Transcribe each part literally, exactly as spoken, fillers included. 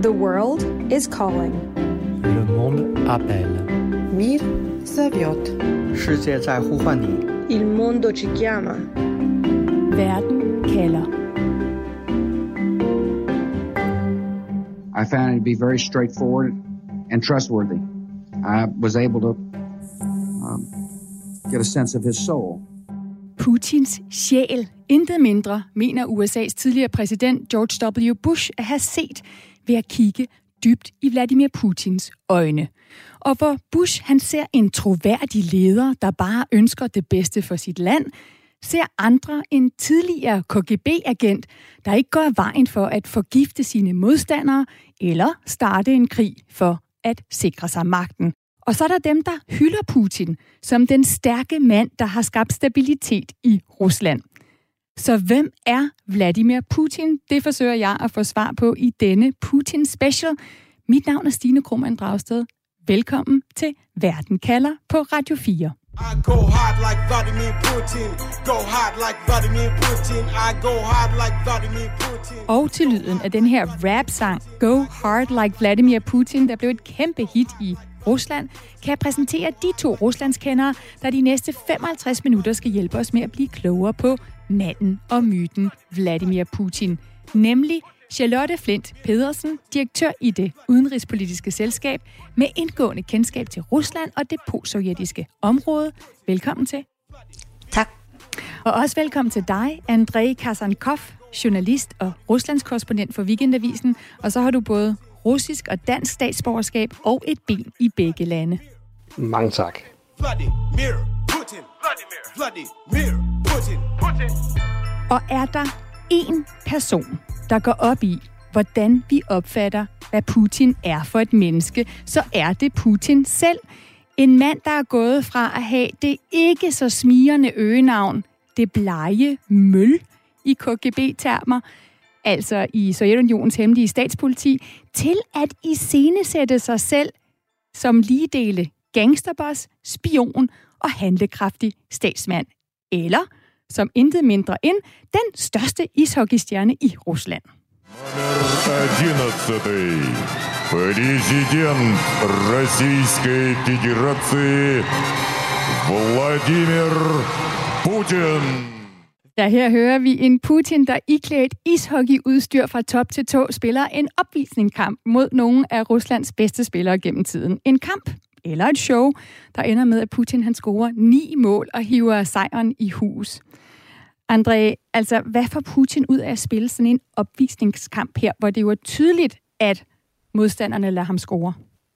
The world is calling. Le monde appelle. Мир зовет. 世界在呼唤你。 Il mondo ci chiama. Verden kalder. I found it to be very straightforward and trustworthy. I was able to um, get a sense of his soul. Putins sjæl, intet mindre, mener U S A's tidligere præsident George W. Bush at have set ved at kigge dybt i Vladimir Putins øjne. Og hvor Bush han ser en troværdig leder, der bare ønsker det bedste for sit land, ser andre en tidligere K G B-agent, der ikke går vejen for at forgifte sine modstandere eller starte en krig for at sikre sig magten. Og så er der dem, der hylder Putin som den stærke mand, der har skabt stabilitet i Rusland. Så hvem er Vladimir Putin? Det forsøger jeg at få svar på i denne Putin Special. Mit navn er Stine Krohmann Dragsted. Velkommen til Verden kalder på Radio fire. I go hard like Vladimir Putin. Go hard like Vladimir Putin. I go hard like Vladimir Putin. Og til lyden af den her rap-sang Go Hard Like Vladimir Putin, der blev et kæmpe hit i Rusland, kan jeg præsentere de to ruslandskendere, der de næste femoghalvtreds minutter skal hjælpe os med at blive klogere på manden og myten Vladimir Putin. Nemlig Charlotte Flindt Pedersen, direktør i det udenrigspolitiske selskab med indgående kendskab til Rusland og det postsovjetiske område. Velkommen til. Tak. Og også velkommen til dig, Andrei Kasankov, journalist og Ruslandskorrespondent for Weekendavisen. Og så har du både russisk og dansk statsborgerskab og et ben i begge lande. Mange tak. Vladimir Putin. Vladimir Putin. Putin. Og er der én person, der går op i, hvordan vi opfatter, hvad Putin er for et menneske, så er det Putin selv. En mand, der er gået fra at have det ikke så smirrende øgenavn, det blege møl i K G B-termer, altså i Sovjetunionens hemmelige statspoliti, til at iscenesætte sig selv som ligedele gangsterboss, spion og handlekraftig statsmand. Eller som intet mindre end den største ishockeystjerne i Rusland. одиннадцатый. Президент Российской Федерации Vladimir Putin. Ja, her hører vi en Putin, der iklædt ishockeyudstyr fra top til tå spiller en opvisningskamp mod nogle af Ruslands bedste spillere gennem tiden. En kamp eller et show, der ender med, at Putin han scorer ni mål og hiver sejren i hus. André, altså hvad får Putin ud af at spille sådan en opvisningskamp her, hvor det jo er tydeligt, at modstanderne lader ham score?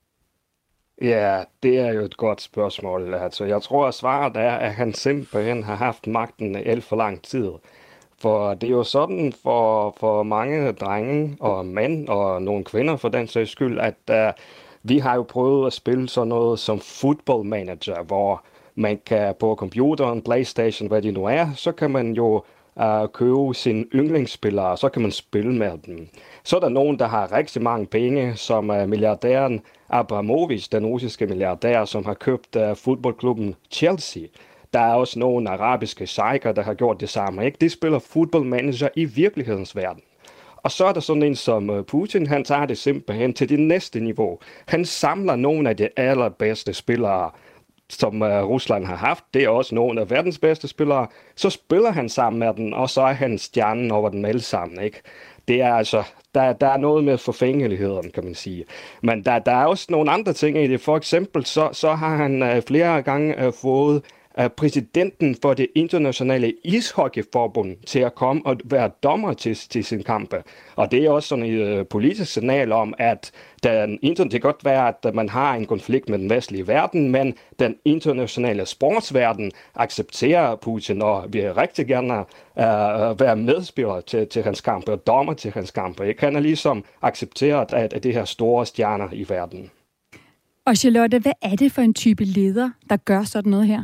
Ja, det er jo et godt spørgsmål. Altså, jeg tror, at svaret er, at han simpelthen har haft magten i alt for lang tid. For det er jo sådan for, for mange drenge og mænd og nogle kvinder for den sags skyld, at uh, vi har jo prøvet at spille sådan noget som football manager, hvor man kan på computeren, PlayStation, hvad det nu er, så kan man jo uh, købe sine yndlingsspillere, og så kan man spille med dem. Så er der nogen, der har rigtig mange penge, som uh, milliardæren Abramovich, den russiske milliardær, som har købt uh, fodboldklubben Chelsea. Der er også nogle arabiske sheiker, der har gjort det samme. Ikke? De spiller football manager i virkelighedens verden. Og så er der sådan en som Putin, han tager det simpelthen til det næste niveau. Han samler nogle af de allerbedste spillere, som uh, Rusland har haft. Det er også nogle af verdens bedste spillere. Så spiller han sammen med dem, og så er han stjernen over dem alle sammen. Ikke? Det er altså, der, der er noget med forfængeligheden, kan man sige. Men der, der er også nogle andre ting i det. For eksempel, så, så har han uh, flere gange uh, fået præsidenten for det internationale ishockeyforbund til at komme og være dommer til, til sin kampe. Og det er også sådan et uh, politisk signal om, at den, det kan godt være, at man har en konflikt med den vestlige verden, men den internationale sportsverden accepterer Putin og vil rigtig gerne uh, være medspiller til, til hans kampe og dommer til hans kampe. Jeg kan ligesom accepteret af, af de her store stjerner i verden. Og Charlotte, hvad er det for en type leder, der gør sådan noget her?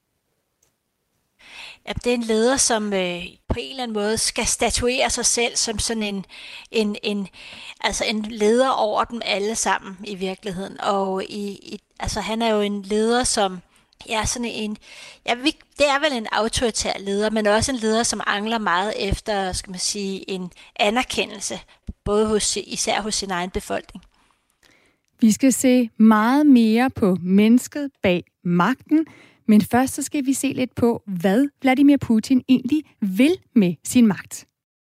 Ja, det er en leder, som øh, på en eller anden måde skal statuere sig selv som sådan en, en, en, altså en leder over dem alle sammen i virkeligheden. Og i, i, altså, han er jo en leder, som ja, sådan en, ja, det er vel en autoritær leder, men også en leder, som angler meget efter, skal man sige, en anerkendelse, både hos, især hos sin egen befolkning. Vi skal se meget mere på mennesket bag magten, men først så skal vi se lidt på, hvad Vladimir Putin egentlig vil med sin magt.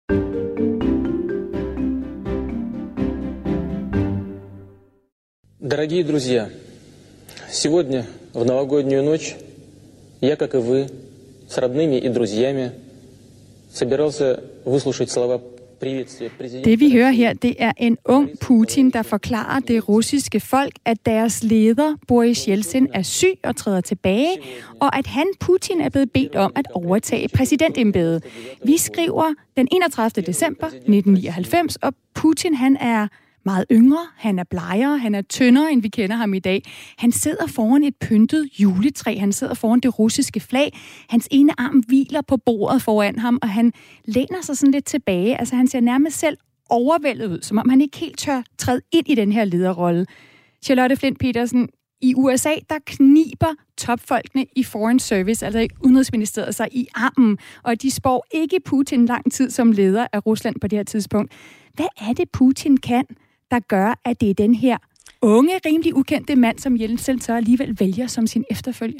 Дорогие друзья, сегодня в новогоднюю ночь я, как и вы, с родными и друзьями собирался выслушать слова приветствия президента. Det vi hører her, det er en ung Putin, der forklarer det russiske folk, at deres leder Boris Jeltsin er syg og træder tilbage, og at han, Putin, er blevet bedt om at overtage præsidentembedet. Vi skriver den enogtredivte december nitten nioghalvfems, og Putin, han er meget yngre, han er blegere, han er tyndere, end vi kender ham i dag. Han sidder foran et pyntet juletræ, han sidder foran det russiske flag. Hans ene arm hviler på bordet foran ham, og han læner sig sådan lidt tilbage. Altså han ser nærmest selv overvældet ud, som om han ikke helt tør træde ind i den her lederrolle. Charlotte Flint Petersen, i U S A, der kniber topfolkene i Foreign Service, altså i Udenrigsministeriet, sig i armen, og de spår ikke Putin lang tid som leder af Rusland på det her tidspunkt. Hvad er det, Putin kan, der gør, at det er den her unge, rimelig ukendte mand, som Jeltsin så alligevel vælger som sin efterfølger?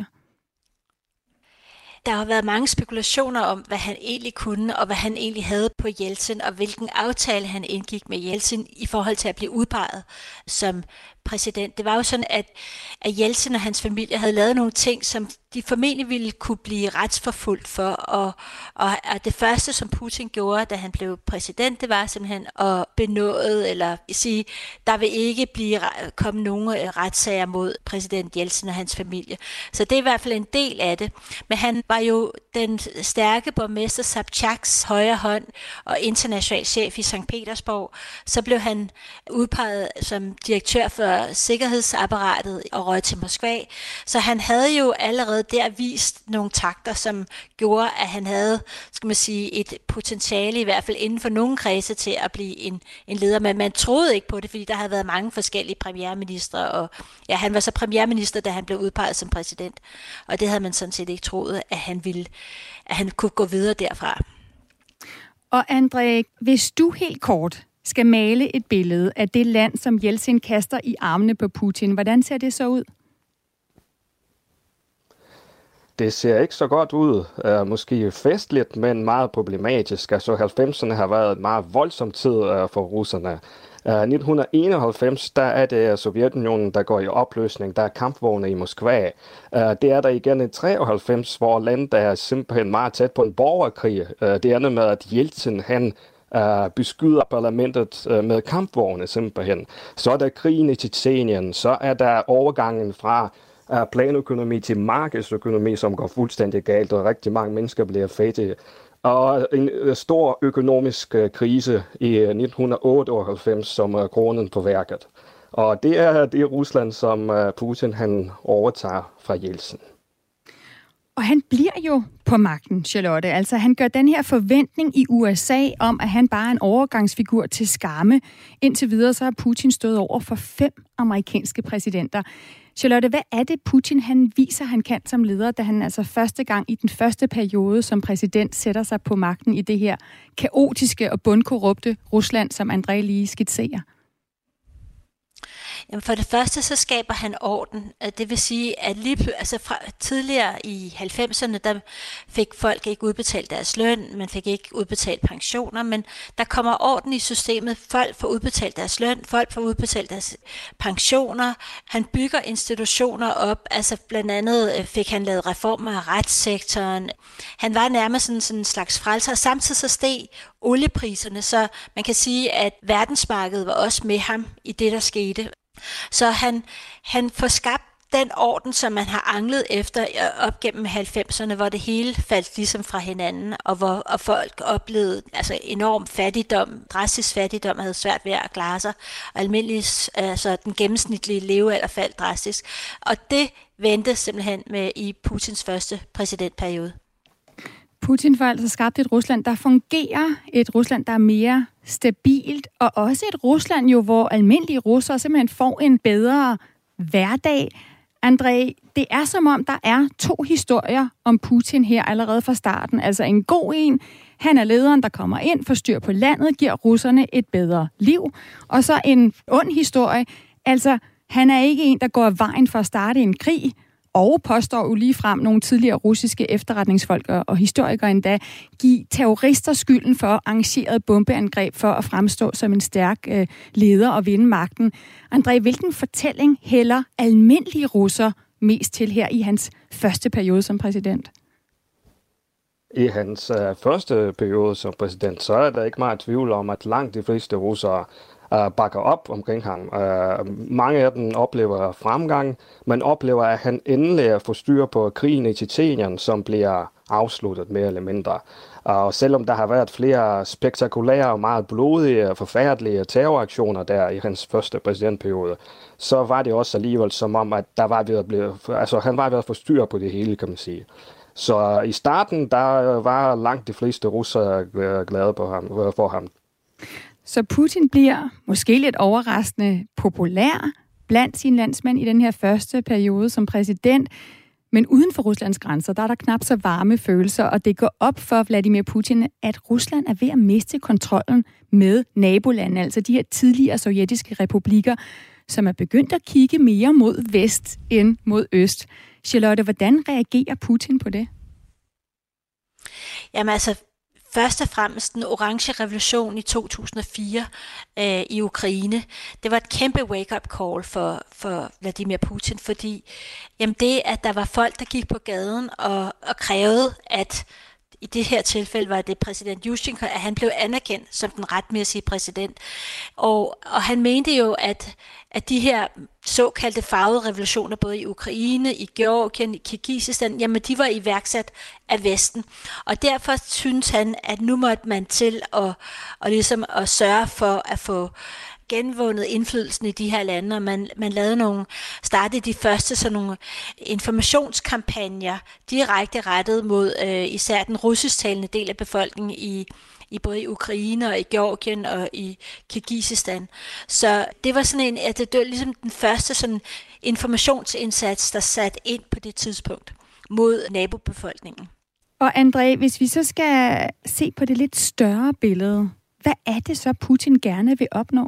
Der har været mange spekulationer om, hvad han egentlig kunne, og hvad han egentlig havde på Jeltsin, og hvilken aftale han indgik med Jeltsin i forhold til at blive udpeget som præsident. Det var jo sådan, at, at Jeltsin og hans familie havde lavet nogle ting, som de formentlig ville kunne blive retsforfulgt for, og, og, og det første, som Putin gjorde, da han blev præsident, det var simpelthen at benåde, eller sige, der vil ikke blive komme nogen retssager mod præsident Jeltsin og hans familie. Så det er i hvert fald en del af det. Men han var jo den stærke borgmester Sobchaks højre hånd og international chef i Sankt Petersborg. Så blev han udpeget som direktør for sikkerhedsapparatet og røg til Moskva. Så han havde jo allerede der vist nogle takter, som gjorde, at han havde, skal man sige, et potentiale i hvert fald inden for nogle kredse til at blive en, en leder. Men man troede ikke på det, fordi der havde været mange forskellige premierministre, og ja, han var så premierminister, da han blev udpeget som præsident. Og det havde man sådan set ikke troet, at han ville, at han kunne gå videre derfra. Og André, hvis du helt kort skal male et billede af det land, som Jeltsin kaster i armene på Putin, hvordan ser det så ud? Det ser ikke så godt ud. Uh, måske festligt, men meget problematisk. Altså halvfemserne har været en meget voldsom tid uh, for russerne. Uh, nitten enoghalvfems, der er det Sovjetunionen, der går i opløsning. Der er kampvogne i Moskva. Uh, det er der igen i treoghalvfems, hvor landet er simpelthen meget tæt på en borgerkrig. Uh, det ender med, at Jeltsin, han Uh, beskyder parlamentet uh, med kampvogne simpelthen. Så er der krigen i Tjetjenien, så er der overgangen fra uh, planøkonomi til markedsøkonomi, som går fuldstændig galt, og rigtig mange mennesker bliver fattige. Og en uh, stor økonomisk uh, krise i uh, nitten otteoghalvfems, som er kronen på værket. Og det er det Rusland, som uh, Putin han overtager fra Jeltsin. Og han bliver jo på magten, Charlotte. Altså, han gør den her forventning i U S A om, at han bare er en overgangsfigur til skamme. Indtil videre så har Putin stået over for fem amerikanske præsidenter. Charlotte, hvad er det, Putin han viser, han kan som leder, da han altså første gang i den første periode som præsident sætter sig på magten i det her kaotiske og bundkorrupte Rusland, som André lige skitserer? Jamen for det første, så skaber han orden. Det vil sige, at lige altså fra tidligere i halvfemserne, der fik folk ikke udbetalt deres løn, man fik ikke udbetalt pensioner, men der kommer orden i systemet. Folk får udbetalt deres løn, folk får udbetalt deres pensioner. Han bygger institutioner op, altså blandt andet fik han lavet reformer af retssektoren. Han var nærmest sådan, sådan en slags frelser, og samtidig så steg oliepriserne, så man kan sige, at verdensmarkedet var også med ham i det, der skete. Så han, han får skabt den orden, som man har anglet efter op gennem halvfemserne, hvor det hele faldt ligesom fra hinanden, og hvor og folk oplevede altså enorm fattigdom, drastisk fattigdom, havde svært ved at klare sig, og almindeligt, altså den gennemsnitlige levealder faldt drastisk. Og det vendte simpelthen med i Putins første præsidentperiode. Putin får altså skabt et Rusland, der fungerer, et Rusland, der er mere stabilt, og også et Rusland, jo, hvor almindelige russere simpelthen får en bedre hverdag. André, det er som om, der er to historier om Putin her allerede fra starten. Altså en god en, han er lederen, der kommer ind, får styr på landet, giver russerne et bedre liv. Og så en ond historie, altså han er ikke en, der går af vejen for at starte en krig, og påstår jo lige frem nogle tidligere russiske efterretningsfolk og historikere endda, give terrorister skylden for arrangeret bombeangreb for at fremstå som en stærk øh, leder og vinde magten. André, hvilken fortælling hælder almindelige russer mest til her i hans første periode som præsident? I hans uh, første periode som præsident, så er der ikke meget tvivl om, at langt de fleste russere uh, bakker op omkring ham. Uh, mange af dem oplever fremgang, men oplever, at han endelig får styr på krigen i Tjetjenien, som bliver afsluttet mere eller mindre. Og selvom der har været flere spektakulære og meget blodige og forfærdelige terroraktioner der i hans første præsidentperiode, så var det også alligevel som om, at der var ved at blive, altså, han var ved at få styr på det hele, kan man sige. Så i starten, der var langt de fleste russere glade på ham, for ham. Så Putin bliver måske lidt overraskende populær blandt sine landsmænd i den her første periode som præsident. Men uden for Ruslands grænser, der er der knap så varme følelser, og det går op for Vladimir Putin, at Rusland er ved at miste kontrollen med nabolandene, altså de her tidligere sovjetiske republikker, som er begyndt at kigge mere mod vest end mod øst. Charlotte, hvordan reagerer Putin på det? Jamen altså, først og fremmest den orange revolution i to tusind og fire øh, i Ukraine. Det var et kæmpe wake-up call for, for Vladimir Putin, fordi jamen det, at der var folk, der gik på gaden og, og krævede, at i det her tilfælde var det præsident Yushchenko, at han blev anerkendt som den retmæssige præsident. Og, og han mente jo, at, at de her såkaldte farvede revolutioner, både i Ukraine, i Georgien, i Kirgisistan, jamen de var iværksat af Vesten. Og derfor synes han, at nu måtte man til at, og ligesom at sørge for at få genvundet indflydelsen i de her lande, og man, man lavede nogle, startede de første sådan nogle informationskampagner direkte rettet mod øh, især den russisktalende del af befolkningen i, i både i Ukraine og i Georgien og i Kirgisistan. Så det var sådan en, at det var ligesom den første sådan informationsindsats, der satte ind på det tidspunkt mod nabobefolkningen. Og André, hvis vi så skal se på det lidt større billede, hvad er det så, Putin gerne vil opnå?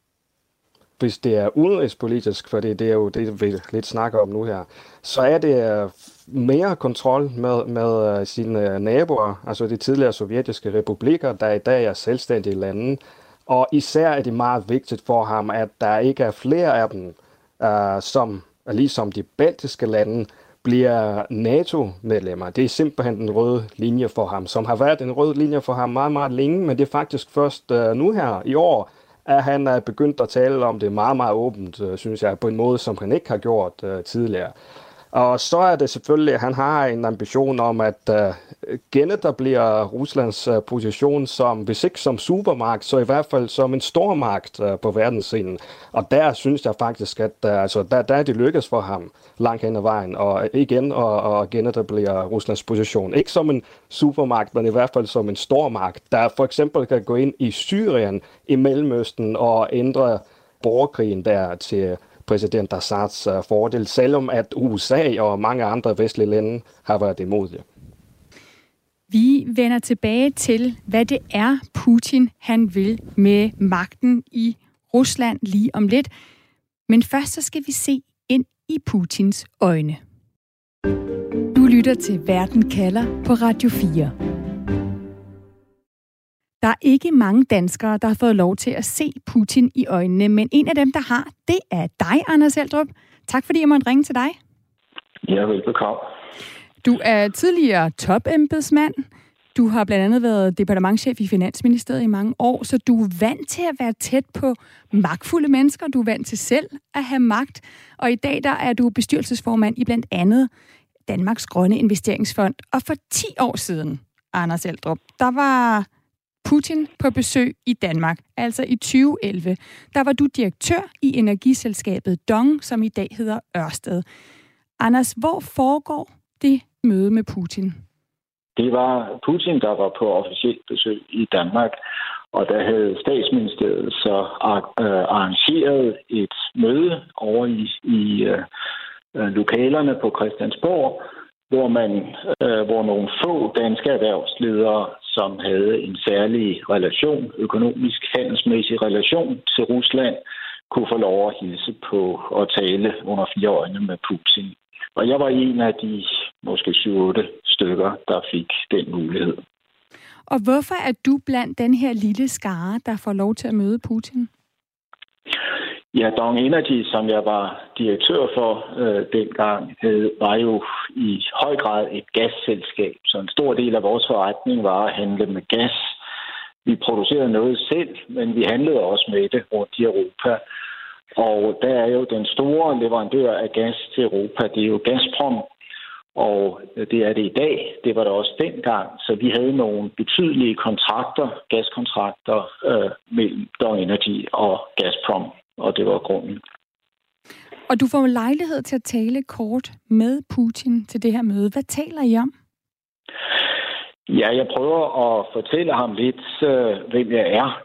Hvis det er udenrigspolitisk, for det, det er jo det, vi lidt snakker om nu her, så er det mere kontrol med, med sine naboer, altså de tidligere sovjetiske republikker, der i dag er selvstændige lande. Og især er det meget vigtigt for ham, at der ikke er flere af dem, uh, som ligesom de baltiske lande, bliver NATO-medlemmer. Det er simpelthen den røde linje for ham, som har været en rød linje for ham meget, meget længe, men det er faktisk først uh, nu her i år, at han er begyndt at tale om det meget, meget åbent, uh, synes jeg, på en måde, som han ikke har gjort uh, tidligere. Og så er det selvfølgelig, at han har en ambition om at uh, genetablere Ruslands uh, position som, hvis ikke som supermagt, så i hvert fald som en stormagt uh, på verdensscenen. Og der synes jeg faktisk, at uh, altså, der, der er det lykkes for ham langt hen ad vejen, og igen at, at genetablere Ruslands position. Ikke som en supermagt, men i hvert fald som en stormagt, der for eksempel kan gå ind i Syrien, i Mellemøsten og ændre borgerkrigen der til præsident Assads uh, fordel, selvom at U S A og mange andre vestlige lande har været imod det. Vi vender tilbage til, hvad det er, Putin han vil med magten i Rusland lige om lidt. Men først så skal vi se ind i Putins øjne. Du lytter til Verden kalder på Radio fire. Der er ikke mange danskere, der har fået lov til at se Putin i øjnene, men en af dem, der har, det er dig, Anders Eldrup. Tak fordi jeg måtte ringe til dig. Ja, velbekomme. Du er tidligere topembedsmand. Du har blandt andet været departementschef i Finansministeriet i mange år, så du er vant til at være tæt på magtfulde mennesker. Du er vant til selv at have magt. Og i dag der er du bestyrelsesformand i blandt andet Danmarks Grønne Investeringsfond. Og for ti år siden, Anders Eldrup, der var Putin på besøg i Danmark, altså i tyve elleve. Der var du direktør i energiselskabet Dong, som i dag hedder Ørsted. Anders, hvor foregår det møde med Putin? Det var Putin, der var på officielt besøg i Danmark, og der havde Statsministeriet så arrangeret et møde over i, i øh, lokalerne på Christiansborg, hvor man, øh, hvor nogle få danske erhvervsledere, som havde en særlig relation, økonomisk, handelsmæssig relation til Rusland, kunne få lov at hilse på og tale under fire øjne med Putin. Og jeg var en af de måske syv otte stykker, der fik den mulighed. Og hvorfor er du blandt den her lille skare, der får lov til at møde Putin? Ja, Dong Energy, som jeg var direktør for øh, dengang, øh, var jo i høj grad et gasselskab. Så en stor del af vores forretning var at handle med gas. Vi producerede noget selv, men vi handlede også med det rundt i Europa. Og der er jo den store leverandør af gas til Europa, det er jo Gazprom. Og det er det i dag. Det var det også dengang. Så vi havde nogle betydelige kontrakter, gaskontrakter øh, mellem Dong Energy og Gazprom. Og det var grunden. Og du får lejlighed til at tale kort med Putin til det her møde. Hvad taler I om? Ja, jeg prøver at fortælle ham lidt, øh, hvem jeg er,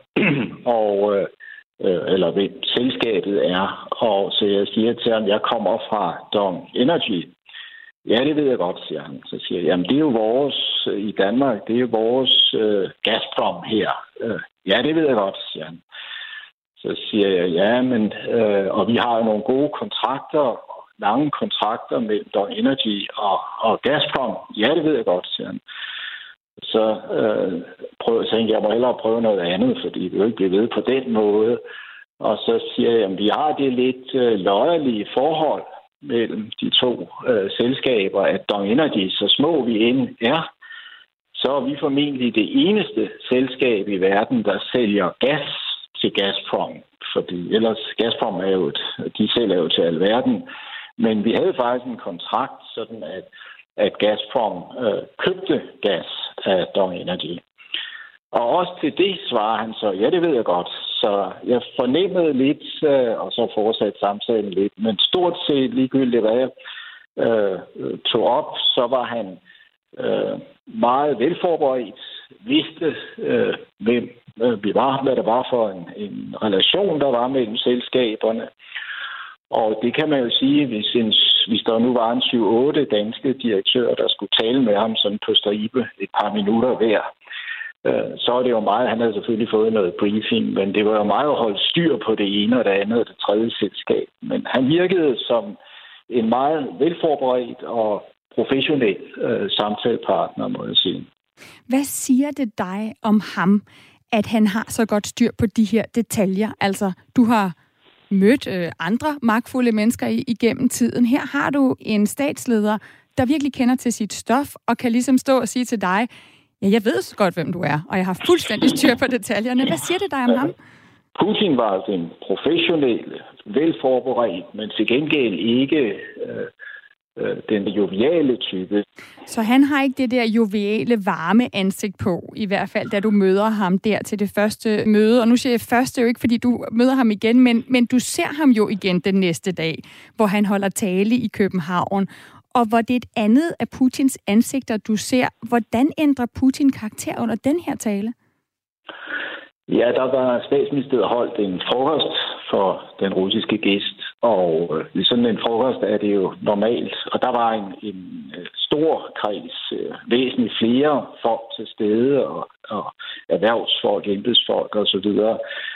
og øh, eller hvem selskabet er. Og så jeg siger til ham, at jeg kommer fra Dong Energy. Ja, det ved jeg godt, siger han. Så siger jeg, jamen det er jo vores i Danmark, det er jo vores øh, Gazprom her. Øh, ja, det ved jeg godt, siger han. Så siger jeg, ja, men, øh, og vi har jo nogle gode kontrakter, lange kontrakter mellem Dong Energy og, og Gazprom. Ja, det ved jeg godt, siger han. Så øh, prøv, så tænkte jeg, jeg må hellere prøve noget andet, fordi vi jo ikke bliver ved på den måde. Og så siger jeg, at vi har det lidt øh, løjerlige forhold mellem de to øh, selskaber, at Dong Energy, så små vi end er, så er vi formentlig det eneste selskab i verden, der sælger gas til Gazprom, fordi ellers Gazprom er jo et, de sælger jo til alverden, men vi havde faktisk en kontrakt, sådan at, at Gazprom øh, købte gas af Dong Energy. Og også til det svarer han så, ja, det ved jeg godt. Så jeg fornemmede lidt, øh, og så fortsatte samtalen lidt, men stort set ligegyldigt, hvad jeg øh, tog op, så var han øh, meget velforberedt, vidste, øh, hvem øh, vi var, hvad der var for en, en relation, der var mellem selskaberne. Og det kan man jo sige, hvis, en, hvis der nu var en syv otte danske direktører, der skulle tale med ham sådan på stribe et par minutter hver, øh, så er det jo meget, han havde selvfølgelig fået noget briefing, men det var jo meget at holde styr på det ene og det andet og det tredje selskab. Men han virkede som en meget velforberedt og professionel øh, samtalepartner, må jeg sige. Hvad siger det dig om ham, at han har så godt styr på de her detaljer? Altså, du har mødt øh, andre magtfulde mennesker i, igennem tiden. Her har du en statsleder, der virkelig kender til sit stof, og kan ligesom stå og sige til dig, ja, jeg ved så godt, hvem du er, og jeg har fuldstændig styr på detaljerne. Hvad siger det dig om ham? Putin var altså en professionel, velforberedt, men til gengæld ikke øh, øh, den joviale type. Så han har ikke det der joviale, varme ansigt på, i hvert fald, da du møder ham der til det første møde. Og nu siger jeg første jo ikke, fordi du møder ham igen, men, men du ser ham jo igen den næste dag, hvor han holder tale i København. Og hvor det er et andet af Putins ansigter, du ser. Hvordan ændrer Putin karakter under den her tale? Ja, der var statsministeriet holdt en frokost for den russiske gæst, og i sådan en frokost er det jo normalt. Og der var en, en stor kreds, væsentligt flere folk til stede, og, og erhvervsfolk, embedsfolk og så videre.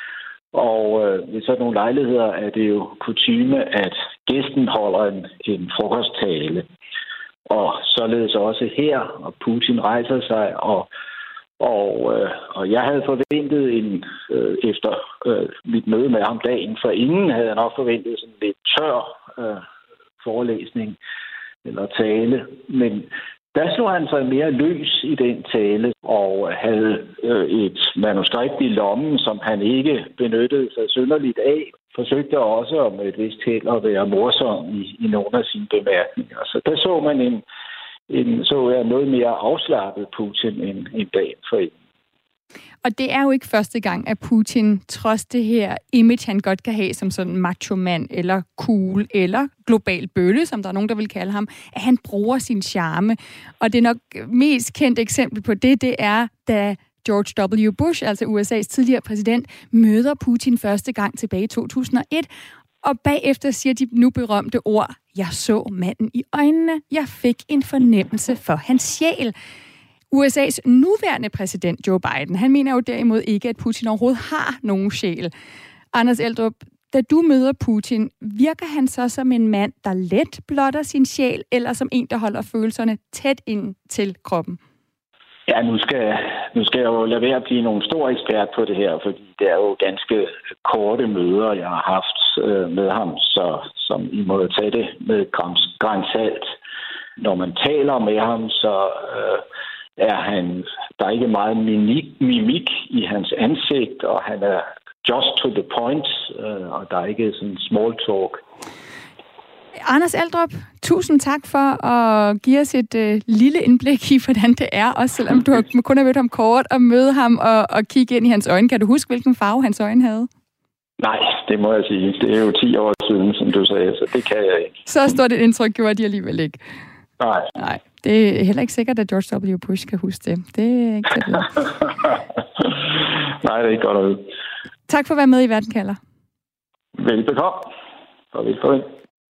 Og øh, ved sådan nogle lejligheder er det jo kutyme, at gæsten holder en, en frokosttale. Og således også her, og Putin rejser sig, og, og, øh, og jeg havde forventet en, øh, efter øh, mit møde med ham dagen, for inden havde jeg nok forventet sådan lidt tør øh, forelæsning eller tale, men der slog han sig mere løs i den tale og havde øh, et manuskript i lommen, som han ikke benyttede sig synderligt af. Forsøgte også med et vist held at være morsom i, i nogle af sine bemærkninger. Så der så man en, en så jeg noget mere afslappet Putin end en dag for en. Og det er jo ikke første gang, at Putin, trods det her image, han godt kan have som sådan macho-mand, eller cool, eller global bølle, som der er nogen, der vil kalde ham, at han bruger sin charme. Og det nok mest kendte eksempel på det, det er, da George W. Bush, altså U S A's tidligere præsident, møder Putin første gang tilbage i to tusind og et, og bagefter siger de nu berømte ord, Jeg så manden i øjnene. Jeg fik en fornemmelse for hans sjæl. U S A's nuværende præsident Joe Biden, han mener jo derimod ikke, at Putin overhovedet har nogen sjæl. Anders Eldrup, da du møder Putin, virker han så som en mand, der let blotter sin sjæl, eller som en, der holder følelserne tæt ind til kroppen? Ja, nu skal, nu skal jeg jo lade være at blive nogen stor ekspert på det her, fordi det er jo ganske korte møder, jeg har haft øh, med ham, så som I må tage det med gran salt. Når man taler med ham, så øh, er han, der er ikke meget mimik, mimik i hans ansigt, og han er just to the point, øh, og der er ikke sådan small talk. Anders Eldrup, tusind tak for at give os et øh, lille indblik i, hvordan det er, også selvom du har, kun har mødt ham kort, og møde ham og, og kigge ind i hans øjne. Kan du huske, hvilken farve hans øjne havde? Nej, det må jeg sige. Det er jo ti år siden, som du sagde, så det kan jeg ikke. Så stort et indtryk gjorde de alligevel ikke. Nej. Nej, det er heller ikke sikkert, at George W. Bush kan huske det. Det er ikke så Nej, det er ikke godt at vide. Tak for at være med i Verden kalder. Velbekomme. Farvel, farvel.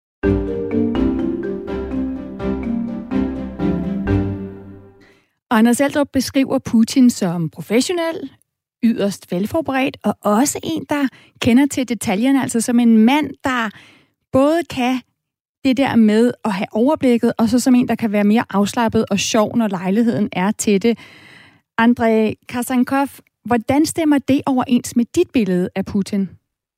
Anders Eldrup beskriver Putin som professionel, yderst velforberedt, og også en, der kender til detaljerne, altså som en mand, der både kan det der med at have overblikket, og så som en, der kan være mere afslappet og sjov, når lejligheden er til det. Andrei Kasankov, hvordan stemmer det overens med dit billede af Putin?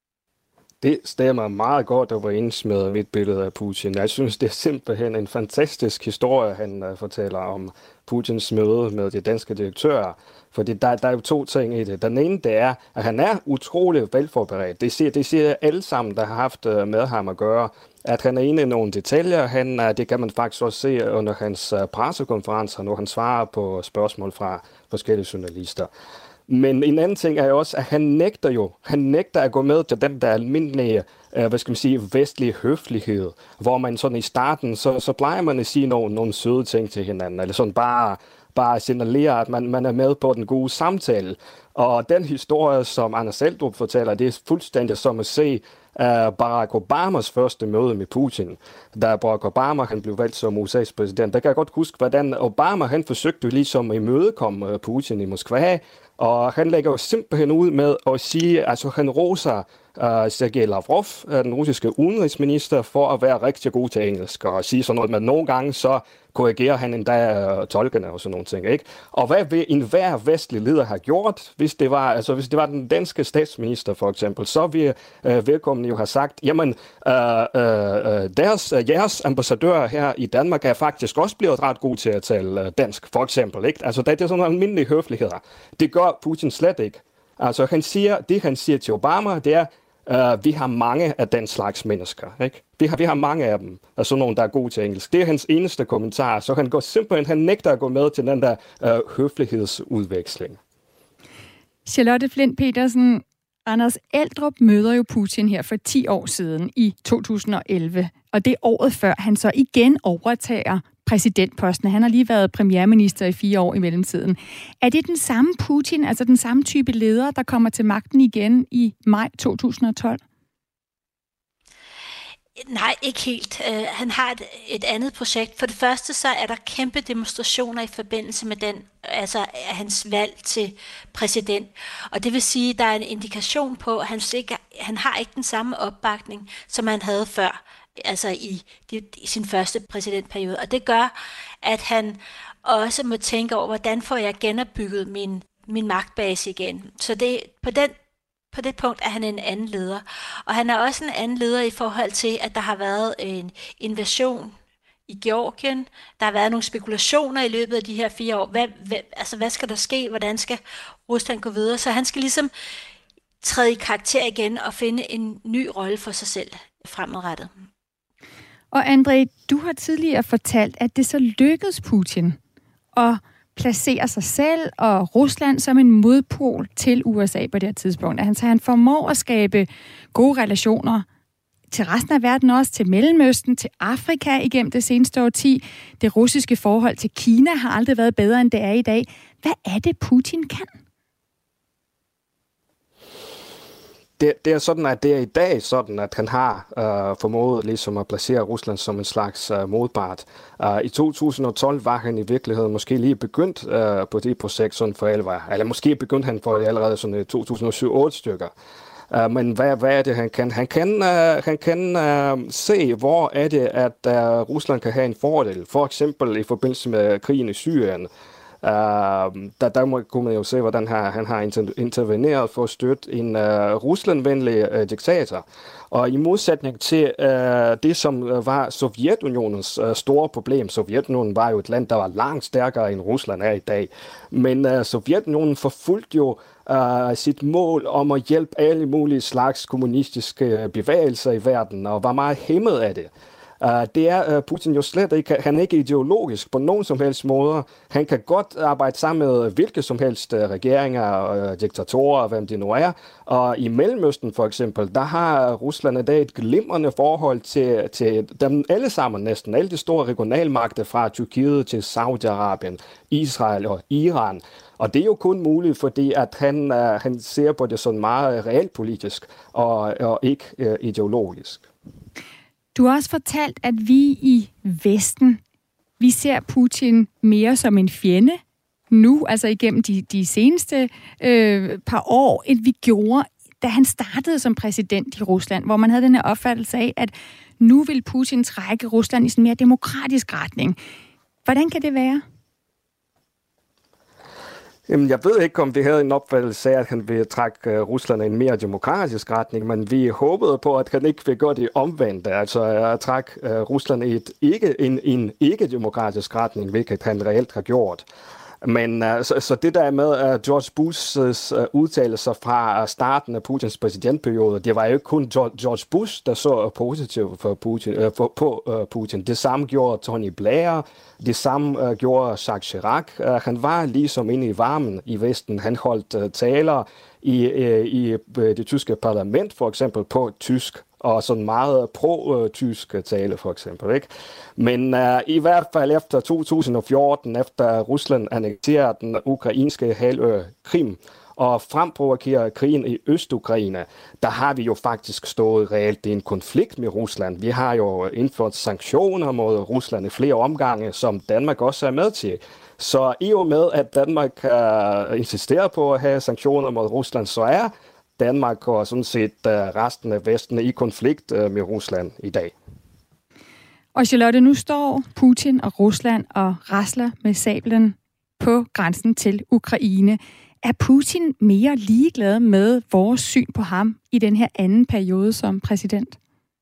Det stemmer meget godt overens med mit billede af Putin. Jeg synes, det er simpelthen en fantastisk historie, han uh, fortæller om Putins møde med de danske direktører. Fordi der, der er jo to ting i det. Den ene, det er, at han er utrolig velforberedt. Det siger, det siger alle sammen, der har haft uh, med ham at gøre. At han er inde i nogle detaljer. Han, uh, det kan man faktisk også se under hans uh, pressekonferencer, når han svarer på spørgsmål fra forskellige journalister. Men en anden ting er jo også, at han nægter jo, han nægter at gå med til den der almindelige, øh, hvad skal man sige, vestlige høflighed, hvor man sådan i starten, så, så plejer man at sige nogle, nogle søde ting til hinanden, eller sådan bare, bare signalere, at man, man er med på den gode samtale. Og den historie, som Anders Eldrup fortæller, det er fuldstændig som at se uh, Barack Obamas første møde med Putin. Da Barack Obama han blev valgt som U S A's præsident, der kan jeg godt huske, hvordan Obama han forsøgte ligesom at imødekomme Putin i Moskva. Og han lægger jo simpelthen ud med at sige, altså han roser uh, Sergej Lavrov, den russiske udenrigsminister, for at være rigtig god til engelsk, og sige sådan noget, men nogle gange så korrigerer han endda uh, tolkene og sådan nogle ting, ikke? Og hvad vil enhver vestlig leder have gjort, hvis det var, altså hvis det var den danske statsminister for eksempel, så vil uh, vedkommende jo have sagt, jamen uh, uh, deres, uh, jeres ambassadør her i Danmark er faktisk også blevet ret god til at tale uh, dansk, for eksempel, ikke? Altså det er sådan nogle almindelige høfligheder. Det gør Putin slet ikke. Altså han siger, det han siger til Obama, det er, uh, vi har mange af den slags mennesker, ikke? Vi har, vi har mange af dem, altså nogen, der er gode til engelsk. Det er hans eneste kommentar, så han går simpelthen, han nægter at gå med til den der uh, høflighedsudveksling. Charlotte Flint Petersen, Anders Eldrup møder jo Putin her for ti år siden i to tusind og elleve, og det er året før han så igen overtager præsidentposten. Han har lige været premierminister i fire år i mellemtiden. Er det den samme Putin, altså den samme type leder, der kommer til magten igen i maj to tusind og tolv? Nej, ikke helt. Uh, han har et, et andet projekt. For det første så er der kæmpe demonstrationer i forbindelse med den, altså hans valg til præsident. Og det vil sige, at der er en indikation på, at han, ikke, han har ikke den samme opbakning, som han havde før, altså i, i sin første præsidentperiode. Og det gør, at han også må tænke over, hvordan får jeg genopbygget min, min magtbase igen. Så det, på den På det punkt er han en anden leder. Og han er også en anden leder i forhold til, at der har været en invasion i Georgien. Der har været nogle spekulationer i løbet af de her fire år. Hvad, hvad, altså, hvad skal der ske? Hvordan skal Rusland gå videre? Så han skal ligesom træde i karakter igen og finde en ny rolle for sig selv fremadrettet. Og André, du har tidligere fortalt, at det så lykkedes Putin at placerer sig selv og Rusland som en modpol til U S A på det her tidspunkt. Han, så han formår at skabe gode relationer til resten af verden, også til Mellemøsten, til Afrika igennem det seneste årti. Det russiske forhold til Kina har aldrig været bedre, end det er i dag. Hvad er det, Putin kan? det, det er sådan, at det er i dag sådan, at han har uh, formået ligesom at placere Rusland som en slags uh, modpart. Uh, I to tusind og tolv var han i virkeligheden måske lige begyndt uh, på det projekt sådan for alvor. Eller måske begyndte han for allerede sådan to tusind og syv otte stykker. Uh, men hvad, hvad er det, han kan? Han kan, uh, han kan uh, se, hvor er det, at uh, Rusland kan have en fordel. For eksempel i forbindelse med krigen i Syrien. Uh, der, der må, kunne man jo se, hvordan han, han har interveneret for at støtte en uh, Rusland-venlig uh, diktator. Og i modsætning til uh, det, som uh, var Sovjetunionens uh, store problem. Sovjetunionen var jo et land, der var langt stærkere end Rusland er i dag. Men uh, Sovjetunionen forfulgte jo uh, sit mål om at hjælpe alle mulige slags kommunistiske bevægelser i verden, og var meget hæmmet af det. Uh, det er uh, Putin jo slet ikke. Han er ikke ideologisk på nogen som helst måde. Han kan godt arbejde sammen med hvilke som helst uh, regeringer, uh, diktatorer, hvem det nu er. Og i Mellemøsten for eksempel, der har Rusland i dag et glimrende forhold til, til dem alle sammen næsten. Alle de store regionalmagter fra Tyrkiet til Saudi-Arabien, Israel og Iran. Og det er jo kun muligt, fordi at han, uh, han ser på det sådan meget realpolitisk og, og ikke uh, ideologisk. Du har også fortalt, at vi i Vesten, vi ser Putin mere som en fjende nu, altså igennem de, de seneste øh, par år, end vi gjorde, da han startede som præsident i Rusland, hvor man havde den her opfattelse af, at nu vil Putin trække Rusland i sådan en mere demokratisk retning. Hvordan kan det være? Jamen, jeg ved ikke, om vi havde en opfattelse af, at han ville trække Rusland i en mere demokratisk retning, men vi håbede på, at han ikke ville gøre det omvendt, altså at trække Rusland i et ikke, en, en ikke-demokratisk retning, hvilket han reelt har gjort. Men uh, så, så det der med uh, George Bush's uh, udtalelser fra uh, starten af Putins præsidentperiode, det var jo ikke kun George Bush, der så positivt for Putin, uh, for, på uh, Putin. Det samme gjorde Tony Blair, det samme uh, gjorde Jacques Chirac. Uh, han var ligesom inde i varmen i Vesten. Han holdt uh, taler i, uh, i uh, det tyske parlament, for eksempel på tysk. Og sådan meget pro-tysk tale, for eksempel, ikke? Men uh, i hvert fald efter to tusind og fjorten, efter Rusland annekterede den ukrainske halvø Krim og fremprovokerede krigen i Østukraine, der har vi jo faktisk stået reelt i en konflikt med Rusland. Vi har jo indført sanktioner mod Rusland i flere omgange, som Danmark også er med til. Så i og med, at Danmark uh, insisterer på at have sanktioner mod Rusland, så er Danmark og sådan set uh, resten af Vesten i konflikt uh, med Rusland i dag. Og Charlotte, nu står Putin og Rusland og rasler med sablen på grænsen til Ukraine. Er Putin mere ligeglad med vores syn på ham i den her anden periode som præsident?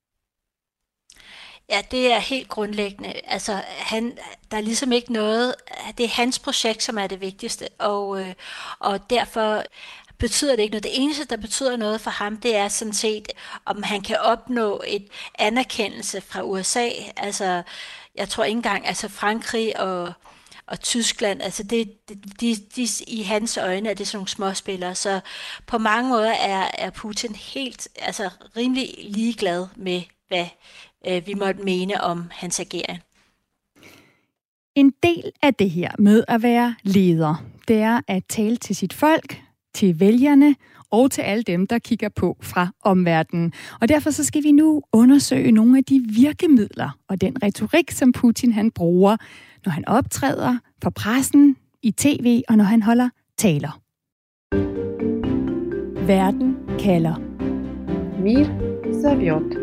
Ja, det er helt grundlæggende. Altså, han, der er ligesom ikke noget. Det er hans projekt, som er det vigtigste, og, øh, og derfor betyder det ikke noget. Det eneste, der betyder noget for ham, det er sådan set, om han kan opnå et anerkendelse fra U S A. Altså, jeg tror ikke engang, altså Frankrig og, og Tyskland, altså det, de, de, i hans øjne er det sådan nogle småspillere. Så på mange måder er, er Putin helt, altså rimelig ligeglad med, hvad øh, vi måtte mene om hans ageren. En del af det her med at være leder, det er at tale til sit folk, til vælgerne og til alle dem, der kigger på fra omverdenen. Og derfor så skal vi nu undersøge nogle af de virkemidler og den retorik, som Putin han bruger, når han optræder for pressen, i tv og når han holder taler. Verden kalder. Mir зовет.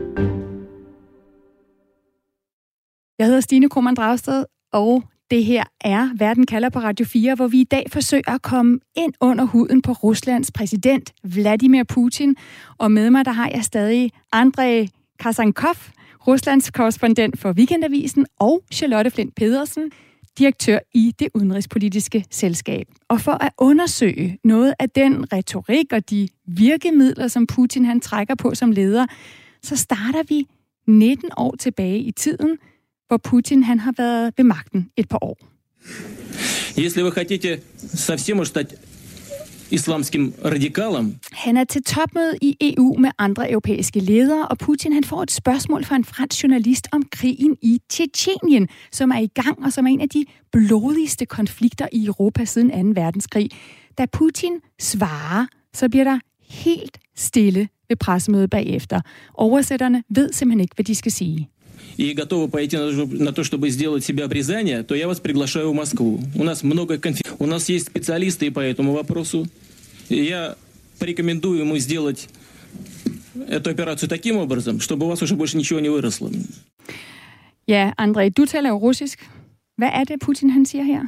Jeg hedder Stine Krohmann Dragsted, og det her er Verden kalder på Radio fire, hvor vi i dag forsøger at komme ind under huden på Ruslands præsident Vladimir Putin. Og med mig, der har jeg stadig Andrei Kasankov, Ruslands korrespondent for Weekendavisen, og Charlotte Flint Pedersen, direktør i det udenrigspolitiske selskab. Og for at undersøge noget af den retorik og de virkemidler, som Putin han trækker på som leder, så starter vi nitten år tilbage i tiden, hvor Putin han har været ved magten et par år. Если вы хотите совсем уж стать исламским радикалом. Han er til topmøde i E U med andre europæiske ledere, og Putin han får et spørgsmål fra en fransk journalist om krigen i Tjetjenien, som er i gang og som er en af de blodigste konflikter i Europa siden anden verdenskrig. Da Putin svarer, så bliver der helt stille ved pressemødet bagefter. Oversætterne ved simpelthen ikke, hvad de skal sige. И готовы пойти на то, чтобы сделать себе обрезание, то я вас приглашаю в Москву. У нас много конференций, у нас есть специалисты по этому вопросу. Я порекомендую ему сделать эту операцию таким образом, чтобы у вас уже больше ничего не выросло. Ja, André, du taler jo russisk. Hvad er det, Putin han siger her?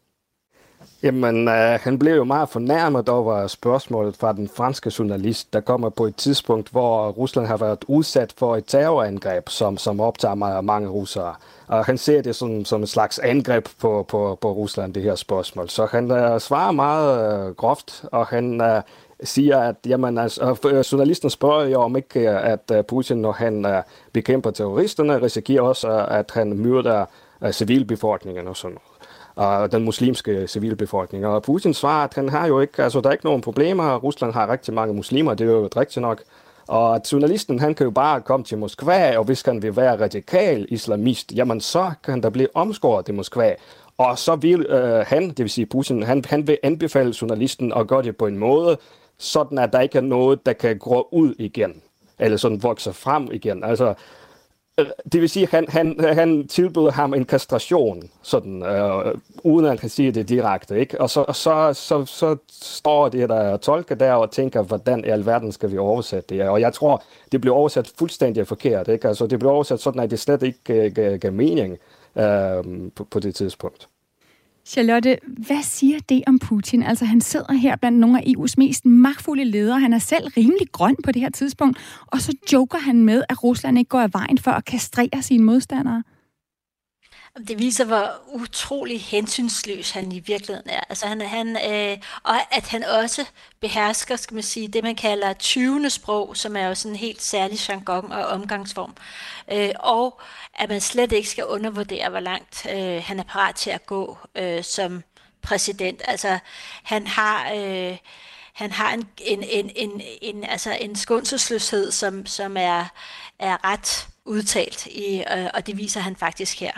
Jamen, øh, han blev jo meget fornærmet over spørgsmålet fra den franske journalist, der kommer på et tidspunkt, hvor Rusland har været udsat for et terrorangreb, som, som optager meget, mange russere. Og han ser det som, som et slags angreb på, på, på Rusland, det her spørgsmål. Så han øh, svarer meget øh, groft, og han øh, siger, at jamen, altså, øh, journalisten spørger jo om ikke, at øh, Putin, når han øh, bekæmper terroristerne, risikerer også, øh, at han myrder øh, civilbefolkningen og sådan noget. Og den muslimske civilbefolkning. Og Putin svarer, at han har jo ikke, altså der er ikke nogen problemer. Rusland har rigtig mange muslimer, det er jo rigtigt nok. Og at journalisten, han kan jo bare komme til Moskva, og hvis han vil være radikal islamist, jamen så kan der blive omskåret i Moskva. Og så vil øh, han, det vil sige Putin, han, han vil anbefale journalisten at gøre det på en måde, sådan at der ikke er noget, der kan gro ud igen. Eller sådan vokse frem igen. Altså, det vil sige, at han, han, han tilbyder ham en kastration, sådan, øh, uden at han kan sige det direkte. Ikke? Og, så, og så, så, så står det der tolker der og tænker, hvordan i alverden skal vi oversætte det? Og jeg tror, det bliver oversat fuldstændig forkert. Ikke? Altså, det bliver oversat sådan, at det slet ikke gav, gav mening øh, på, på det tidspunkt. Charlotte, hvad siger det om Putin? Altså, han sidder her blandt nogle af E U's mest magtfulde ledere. Han er selv rimelig grøn på det her tidspunkt. Og så joker han med, at Rusland ikke går af vejen for at kastrere sine modstandere. Det viser, hvor utrolig hensynsløs han i virkeligheden er. Altså han, han, øh, og at han også behersker, skal man sige, det man kalder tyvende sprog, som er jo sådan en helt særlig jargon og omgangsform. Øh, og at man slet ikke skal undervurdere, hvor langt øh, han er parat til at gå øh, som præsident. Altså han har... Øh, Han har en, en, en, en, en, altså en skånselsløshed, som, som er, er ret udtalt, i, øh, og det viser han faktisk her.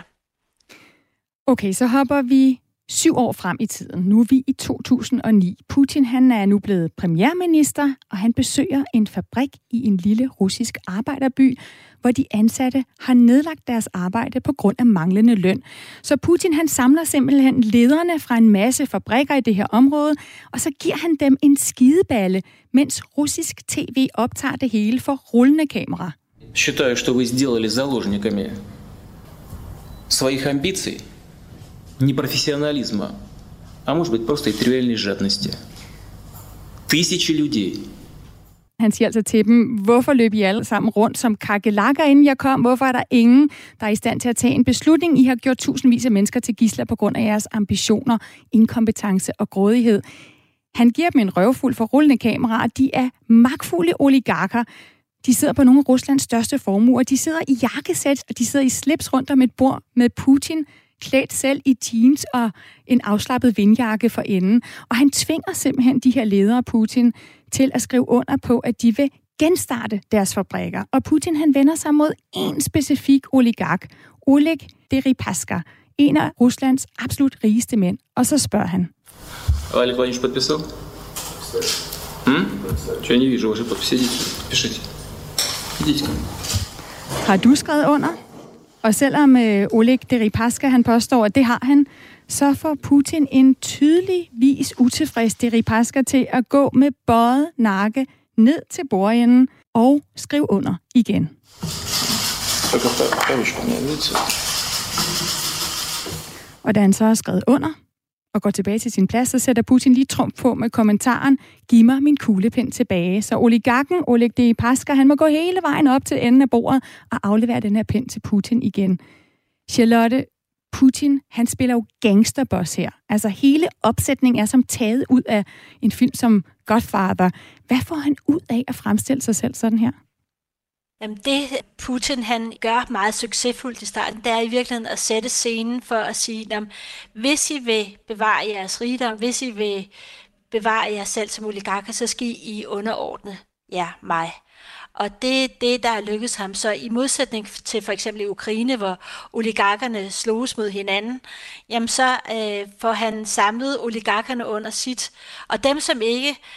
Okay, så hopper vi syv år frem i tiden. Nu er vi i to tusind og ni. Putin han er nu blevet premierminister, og han besøger en fabrik i en lille russisk arbejderby, hvor de ansatte har nedlagt deres arbejde på grund af manglende løn. Så Putin han samler simpelthen lederne fra en masse fabrikker i det her område, og så giver han dem en skideballe, mens russisk tv optager det hele for rullende kamera. Считаю, что вы сделали заложниками своих амбиций, непрофессионализма, а может быть просто и тривиальной жадности. Тысячи людей. Han siger altså til dem, hvorfor løb I alle sammen rundt som kakelakker, inden jeg kom? Hvorfor er der ingen, der er i stand til at tage en beslutning? I har gjort tusindvis af mennesker til gidsler på grund af jeres ambitioner, inkompetence og grådighed. Han giver dem en røvfuld for rullende kameraer. De er magtfulde oligarker. De sidder på nogle af Ruslands største formuer. De sidder i jakkesæt, og de sidder i slips rundt om et bord med Putin, klædt selv i jeans og en afslappet vindjakke for enden. Og han tvinger simpelthen de her ledere, Putin, til at skrive under på, at de vil genstarte deres fabrikker. Og Putin han vender sig mod en specifik oligark, Oleg Deripaska, en af Ruslands absolut rigeste mænd. Og så spørger han. Олег Владимирович подписал? Hm? Что я не вижу вашей подписи? Пишите. Идите. Har du skrevet under? Og selvom øh, Oleg Deripaska han påstår, at det har han, så får Putin en tydeligvis utilfreds Deripaska til at gå med bøjet nakke ned til bordenden og skrive under igen. Og da han så har skrevet under og går tilbage til sin plads, så sætter Putin lige trumf på med kommentaren, giv mig min kuglepind tilbage. Så oligarken Oleg Deripaska, han må gå hele vejen op til enden af bordet og aflevere den her pind til Putin igen. Charlotte, Putin, han spiller jo gangsterboss her. Altså hele opsætningen er som taget ud af en film som Godfather. Hvad får han ud af at fremstille sig selv sådan her? Jamen det Putin han gør meget succesfuldt i starten, det er i virkeligheden at sætte scenen for at sige, jamen, hvis I vil bevare jeres rigdom, hvis I vil bevare jer selv som oligarker, så skal I underordne jer mig. Og det er det, der er lykkedes ham. Så i modsætning til for eksempel i Ukraine, hvor oligarkerne sloges mod hinanden, jamen så øh, får han samlet oligarkerne under sit. Og dem, som ikke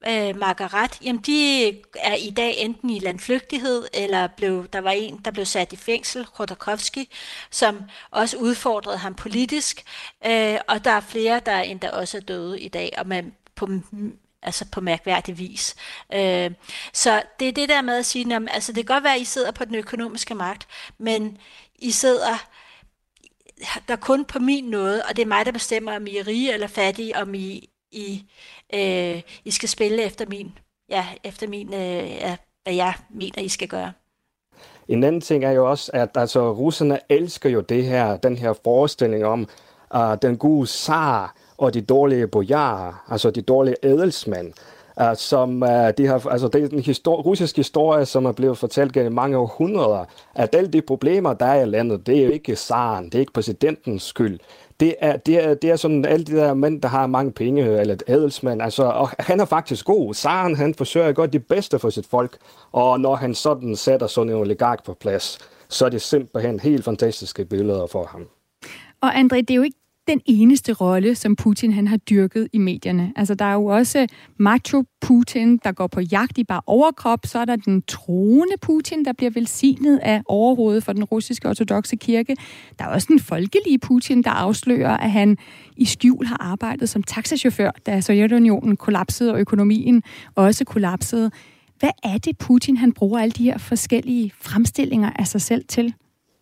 øh, Margaret, jamen de er i dag enten i landflygtighed, eller blev, der var en, der blev sat i fængsel, Khodorkovsky, som også udfordrede ham politisk, øh, og der er flere, der endda også er døde i dag, og man på altså på mærkværdig vis. Øh, så det er det der med at sige, at altså det kan godt være, at I sidder på den økonomiske magt, men I sidder der kun på min nåde, og det er mig, der bestemmer, om I er rige eller fattige, om I, I, øh, I skal spille efter min, ja, efter min, øh, ja, hvad jeg mener, I skal gøre. En anden ting er jo også, at altså, russerne elsker jo det her, den her forestilling om uh, den gode zar og de dårlige bojarer, altså de dårlige adelsmænd, uh, som uh, de har, altså det er en histori- russisk historie, som er blevet fortalt gennem mange århundreder, at alle de problemer, der er i landet, det er jo ikke zaren, det er ikke præsidentens skyld. Det er, det, er, det er sådan alle de der mænd, der har mange penge, eller adelsmænd, altså, og han er faktisk god. Zaren, han forsøger at gøre det bedste for sit folk, og når han sådan sætter sådan en oligark på plads, så er det simpelthen helt fantastiske billeder for ham. Og André, det er jo ikke den eneste rolle, som Putin han har dyrket i medierne. Altså, der er jo også macho Putin, der går på jagt i bare overkrop. Så er der den troende Putin, der bliver velsignet af overhovedet for den russiske ortodokse kirke. Der er også den folkelige Putin, der afslører, at han i skjul har arbejdet som taxachauffør, da Sovjetunionen kollapsede og økonomien også kollapsede. Hvad er det, Putin han bruger alle de her forskellige fremstillinger af sig selv til?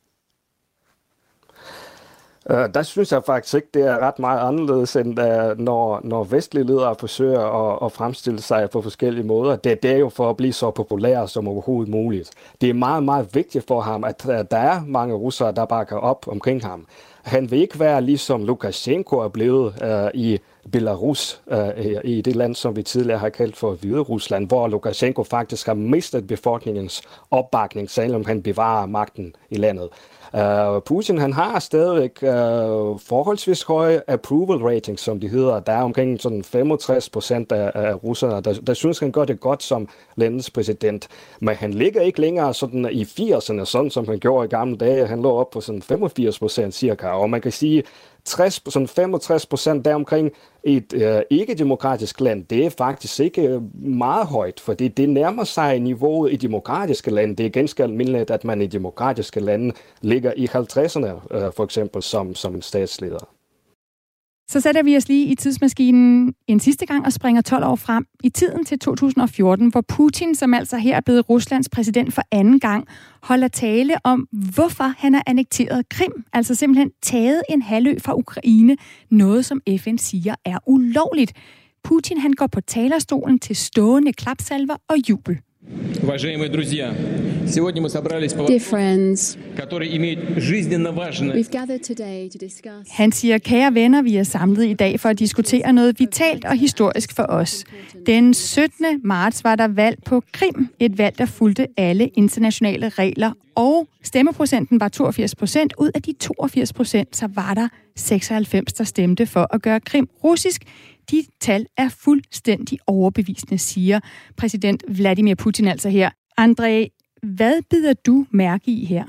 Uh, der synes jeg faktisk ikke, det er ret meget anderledes, end uh, når, når vestlige ledere forsøger at, at fremstille sig på forskellige måder. Det, det er jo for at blive så populær som overhovedet muligt. Det er meget, meget vigtigt for ham, at uh, der er mange russere, der bakker op omkring ham. Han vil ikke være ligesom Lukashenko er blevet uh, i Belarus, uh, i det land, som vi tidligere har kaldt for Hvide Rusland, hvor Lukashenko faktisk har mistet befolkningens opbakning, selvom han bevarer magten i landet. Uh, Putin, han har stadigvæk uh, forholdsvis høje approval ratings, som de hedder. Der er omkring sådan femogtres procent af, af russerne, der, der synes, han gør det godt som landets præsident. Men han ligger ikke længere sådan i firserne, sådan som han gjorde i gamle dage. Han lå op på sådan femogfirs procent cirka, og man kan sige, tres, sådan femogtres procent deromkring i et øh, ikke-demokratisk land, det er faktisk ikke meget højt, fordi det nærmer sig niveauet i demokratiske lande. Det er ganske almindeligt, at man i demokratiske lande ligger i halvtredserne, øh, for eksempel som, som en statsleder. Så sætter vi os lige i tidsmaskinen en sidste gang og springer tolv år frem i tiden til to tusind og fjorten, hvor Putin, som altså her er blevet Ruslands præsident for anden gang, holder tale om, hvorfor han har annekteret Krim, altså simpelthen taget en halvø fra Ukraine, noget som F N siger er ulovligt. Putin han går på talerstolen til stående klapsalver og jubel. Уважаемые друзья, сегодня мы собрались по вопросу, который имеет жизненно важное. Han siger, kære venner, vi er samlet i dag for at diskutere noget vitalt og historisk for os. Den syttende marts var der valg på Krim, et valg, der fulgte alle internationale regler, og stemmeprocenten var toogfirs procent. Ud af de toogfirs procent, så var der seksoghalvfems, der stemte for at gøre Krim russisk. De tal er fuldstændig overbevisende, siger præsident Vladimir Putin altså her. André, hvad bider du mærke i her?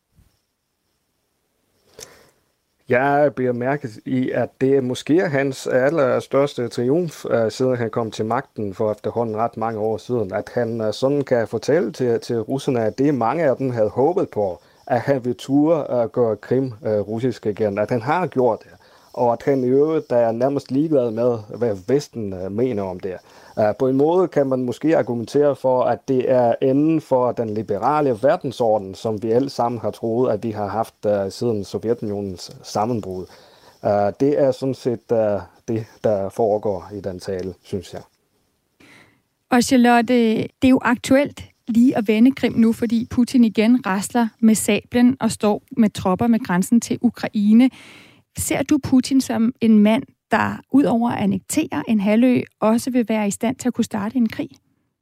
Jeg bliver mærke i, at det er måske hans allerstørste triumf, siden han kom til magten for efterhånden ret mange år siden. At han sådan kan fortælle til, til russerne, at det mange af dem havde håbet på, at han ville ture at gøre Krim russisk igen. At han har gjort det. Og at han i øvrigt er nærmest ligeglad med, hvad Vesten mener om det. På en måde kan man måske argumentere for, at det er enden for den liberale verdensorden, som vi alle sammen har troet, at vi har haft siden Sovjetunionens sammenbrud. Det er sådan set det, der foregår i den tale, synes jeg. Og Charlotte, det er jo aktuelt lige at vende Krim nu, fordi Putin igen rasler med sablen og står med tropper med grænsen til Ukraine. Ser du Putin som en mand, der udover at annektere en halvø, også vil være i stand til at kunne starte en krig?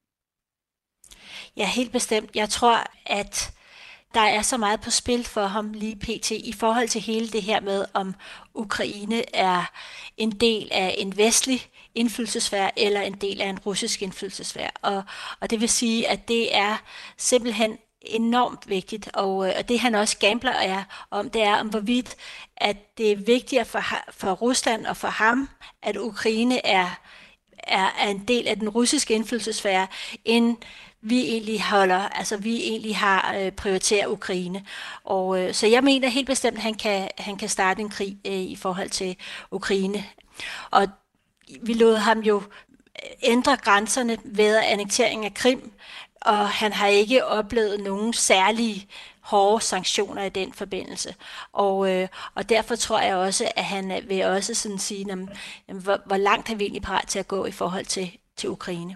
Ja, helt bestemt. Jeg tror, at der er så meget på spil for ham lige pt. I forhold til hele det her med, om Ukraine er en del af en vestlig indflydelsesfære eller en del af en russisk indflydelsesfære. Og, og det vil sige, at det er simpelthen enormt vigtigt, og, og det han også gambler er om, det er om hvorvidt, at det er vigtigere for, for Rusland og for ham, at Ukraine er, er, er en del af den russiske indflydelsesfære, end vi egentlig holder, altså vi egentlig har øh, prioriteret Ukraine. Og øh, så jeg mener helt bestemt, at han kan, han kan starte en krig øh, i forhold til Ukraine. Og vi lod ham jo ændre grænserne ved annektering af Krim, og han har ikke oplevet nogen særlige hårde sanktioner i den forbindelse. Og, øh, og derfor tror jeg også, at han vil også sådan sige, jamen, hvor, hvor langt han er egentlig parat til at gå i forhold til, til Ukraine.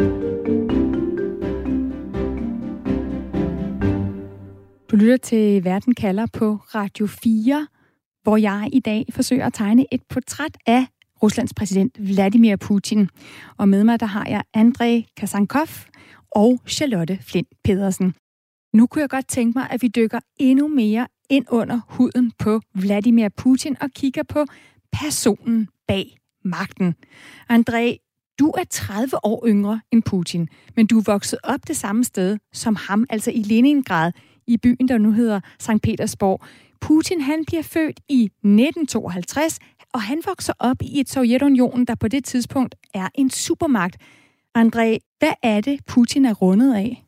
Du lytter til Verden kalder på Radio fire, hvor jeg i dag forsøger at tegne et portræt af Ruslands præsident Vladimir Putin. Og med mig der har jeg Andrei Kasankov og Charlotte Flint Pedersen. Nu kunne jeg godt tænke mig, at vi dykker endnu mere ind under huden på Vladimir Putin og kigger på personen bag magten. Andrei, du er tredive år yngre end Putin, men du er vokset op det samme sted som ham, altså i Leningrad, i byen, der nu hedder Sankt Petersborg. Putin, han bliver født i nitten tooghalvtreds, og han vokser op i et Sovjetunionen, der på det tidspunkt er en supermagt. Andrei, hvad er det, Putin er rundet af?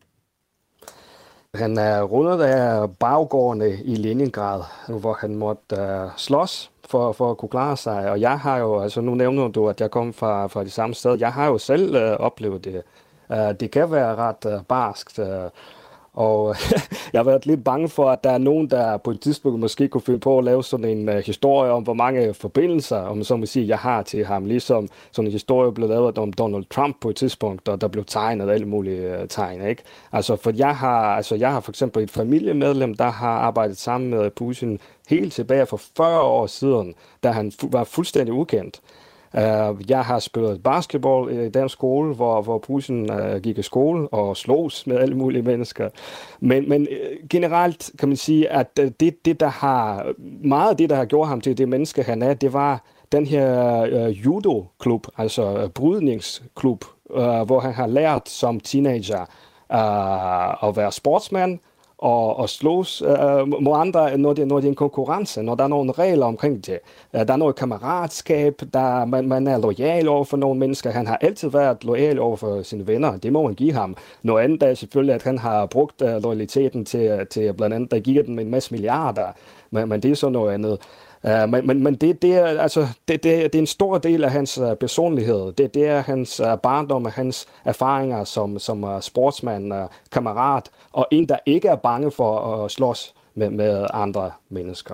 Han er rundet af baggårdene i Leningrad, hvor han måtte uh, slås for, for at kunne klare sig. Og jeg har jo, altså nu nævner du, at jeg kom fra, fra det samme sted. Jeg har jo selv uh, oplevet det. Uh, det kan være ret uh, barskt. Uh, Og jeg har været lidt bange for, at der er nogen, der på et tidspunkt måske kunne finde på at lave sådan en uh, historie om, hvor mange forbindelser, om så må sige, jeg har til ham. Ligesom sådan en historie blev lavet om Donald Trump på et tidspunkt, og der blev tegnet alle mulige uh, tegn, ikke? Altså, for jeg har, altså, jeg har for eksempel et familiemedlem, der har arbejdet sammen med Putin helt tilbage for fyrre år siden, da han fu- var fuldstændig ukendt. Uh, jeg har spillet basketball i den skole, hvor, hvor Putin uh, gik i skole og slogs med alle mulige mennesker. Men, men uh, generelt kan man sige, at uh, det, det, der har, meget af det, der har gjort ham til det menneske, han er, det var den her uh, judo-klub, altså uh, brydningsklub, uh, hvor han har lært som teenager uh, at være sportsmand, og, og slås øh, mod andre, når det, når det er en konkurrence, når der er nogle regler omkring det. Der er noget kammeratskab, der, man, man er lojal over for nogle mennesker. Han har altid været lojal over for sine venner, det må man give ham. Noget andet er selvfølgelig, at han har brugt uh, loyaliteten til, til blandt andet, der giver dem en masse milliarder, men, men det er så noget andet. Uh, men men, men det, det, er, altså, det, det, det er en stor del af hans uh, personlighed. Det, det er hans uh, barndom og hans erfaringer som, som uh, sportsmand, uh, kammerat, og en, der ikke er bange for at slås med, med andre mennesker.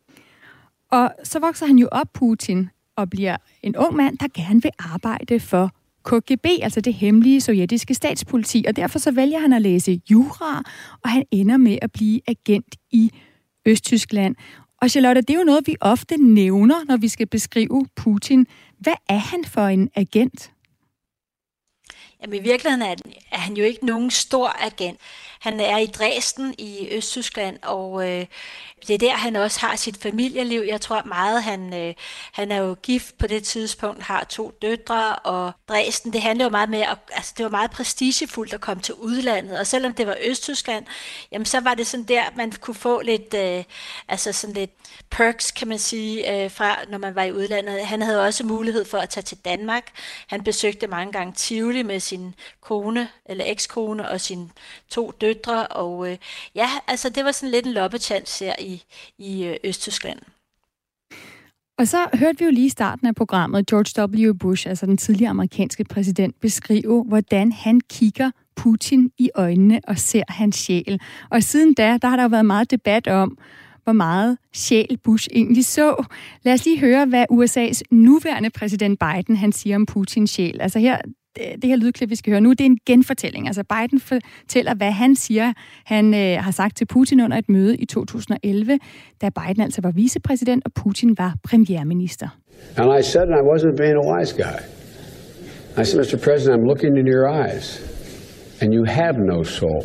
Og så vokser han jo op, Putin, og bliver en ung mand, der gerne vil arbejde for K G B, altså det hemmelige sovjetiske statspoliti, og derfor så vælger han at læse jura, og han ender med at blive agent i Østtyskland. Og Charlotte, det er jo noget, vi ofte nævner, når vi skal beskrive Putin. Hvad er han for en agent? Jamen i virkeligheden er, er han jo ikke nogen stor agent. Han er i Dresden i Østtyskland, og øh, det er der, han også har sit familieliv. Jeg tror meget, han, øh, han er jo gift på det tidspunkt, har to døtre, og Dresden, det handler jo meget med, at, altså det var meget prestigefuldt at komme til udlandet, og selvom det var Østtyskland, jamen så var det sådan der, man kunne få lidt, øh, altså sådan lidt perks, kan man sige, øh, fra når man var i udlandet. Han havde også mulighed for at tage til Danmark. Han besøgte mange gange Tivoli med sin kone, eller ekskone, og sine to døtre, og øh, ja, altså det var sådan lidt en loppetjans her i, i øh, Østtyskland. Og så hørte vi jo lige i starten af programmet George W. Bush, altså den tidligere amerikanske præsident, beskrive, hvordan han kigger Putin i øjnene og ser hans sjæl. Og siden da, der har der jo været meget debat om, hvor meget sjæl Bush egentlig så. Lad os lige høre, hvad U S A's nuværende præsident Biden, han siger om Putins sjæl. Altså her, det her lydklip, vi skal høre nu, det er en genfortælling. Altså Biden fortæller, hvad han siger, han øh, har sagt til Putin under et møde i to tusind og elleve, da Biden altså var vicepræsident, og Putin var premierminister. And I said, and I wasn't being a wise guy. I said, Mister President, I'm looking into your eyes, and you have no soul.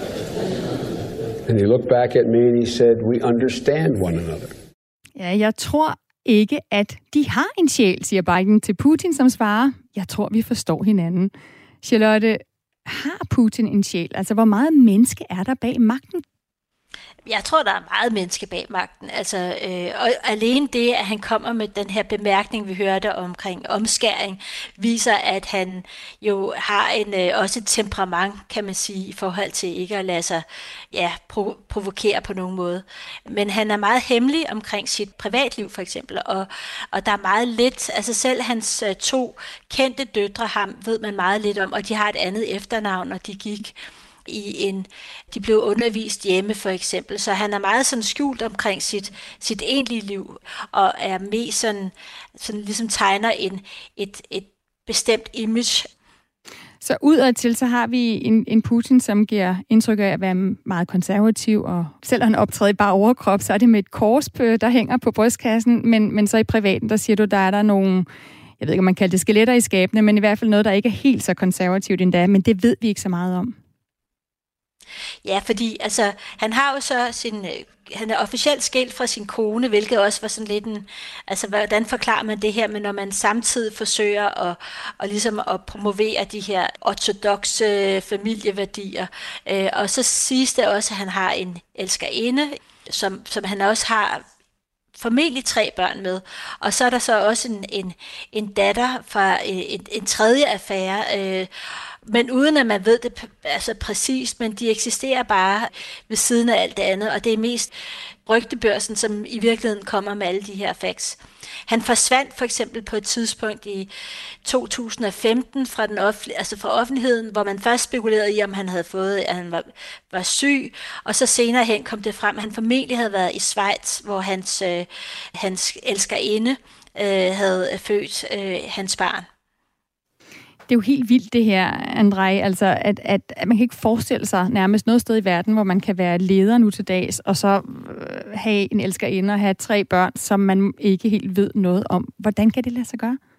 And he looked back at me and he said, we understand one another. Ja, jeg tror ikke, at de har en sjæl, siger Biden til Putin, som svarer, jeg tror, vi forstår hinanden. Charlotte, har Putin en sjæl? Altså, hvor meget menneske er der bag magten? Jeg tror, der er meget menneske bag magten. Altså, øh, og alene det, at han kommer med den her bemærkning, vi hørte omkring omskæring, viser, at han jo har en øh, også et temperament, kan man sige, i forhold til ikke at lade sig ja, pro- provokere på nogen måde. Men han er meget hemmelig omkring sit privatliv, for eksempel, og, og der er meget lidt, altså selv hans øh, to kendte døtre, ham ved man meget lidt om, og de har et andet efternavn, og de gik i en, de blev undervist hjemme for eksempel, så han er meget sådan skjult omkring sit, sit egentlige liv, og er mest sådan, sådan ligesom tegner en, et, et bestemt image. Så udadtil, så har vi en, en Putin, som giver indtryk af at være meget konservativ, og selvom han optræder i bare overkrop, så er det med et kors, der hænger på brystkassen, men, men så i privaten, der siger du, der er der nogle, jeg ved ikke, om man kalder det skeletter i skabene, men i hvert fald noget, der ikke er helt så konservativt endda, men det ved vi ikke så meget om. Ja, fordi altså, han har jo så sin, han er officielt skilt fra sin kone, hvilket også var sådan lidt en, altså hvordan forklarer man det her, men når man samtidig forsøger at, at, ligesom at promovere de her ortodokse familieværdier, øh, og så siges det også, at han har en elskerinde, som, som han også har formentlig tre børn med, og så er der så også en, en, en datter fra en, en tredje affære, øh, men uden at man ved det altså præcist, men de eksisterer bare ved siden af alt det andet, og det er mest rygtebørsen, som i virkeligheden kommer med alle de her facts. Han forsvandt for eksempel på et tidspunkt i to tusind og femten fra, den offentlige, altså fra offentligheden, hvor man først spekulerede i, om han havde fået, at han var, var syg, og så senere hen kom det frem, at han formentlig havde været i Schweiz, hvor hans, øh, hans elskerinde øh, havde født øh, hans barn. Det er jo helt vildt det her, Andrej, altså at, at, at man kan ikke forestille sig nærmest noget sted i verden, hvor man kan være leder nu til dags, og så øh, have en elskerinde og have tre børn, som man ikke helt ved noget om. Hvordan kan det lade sig gøre?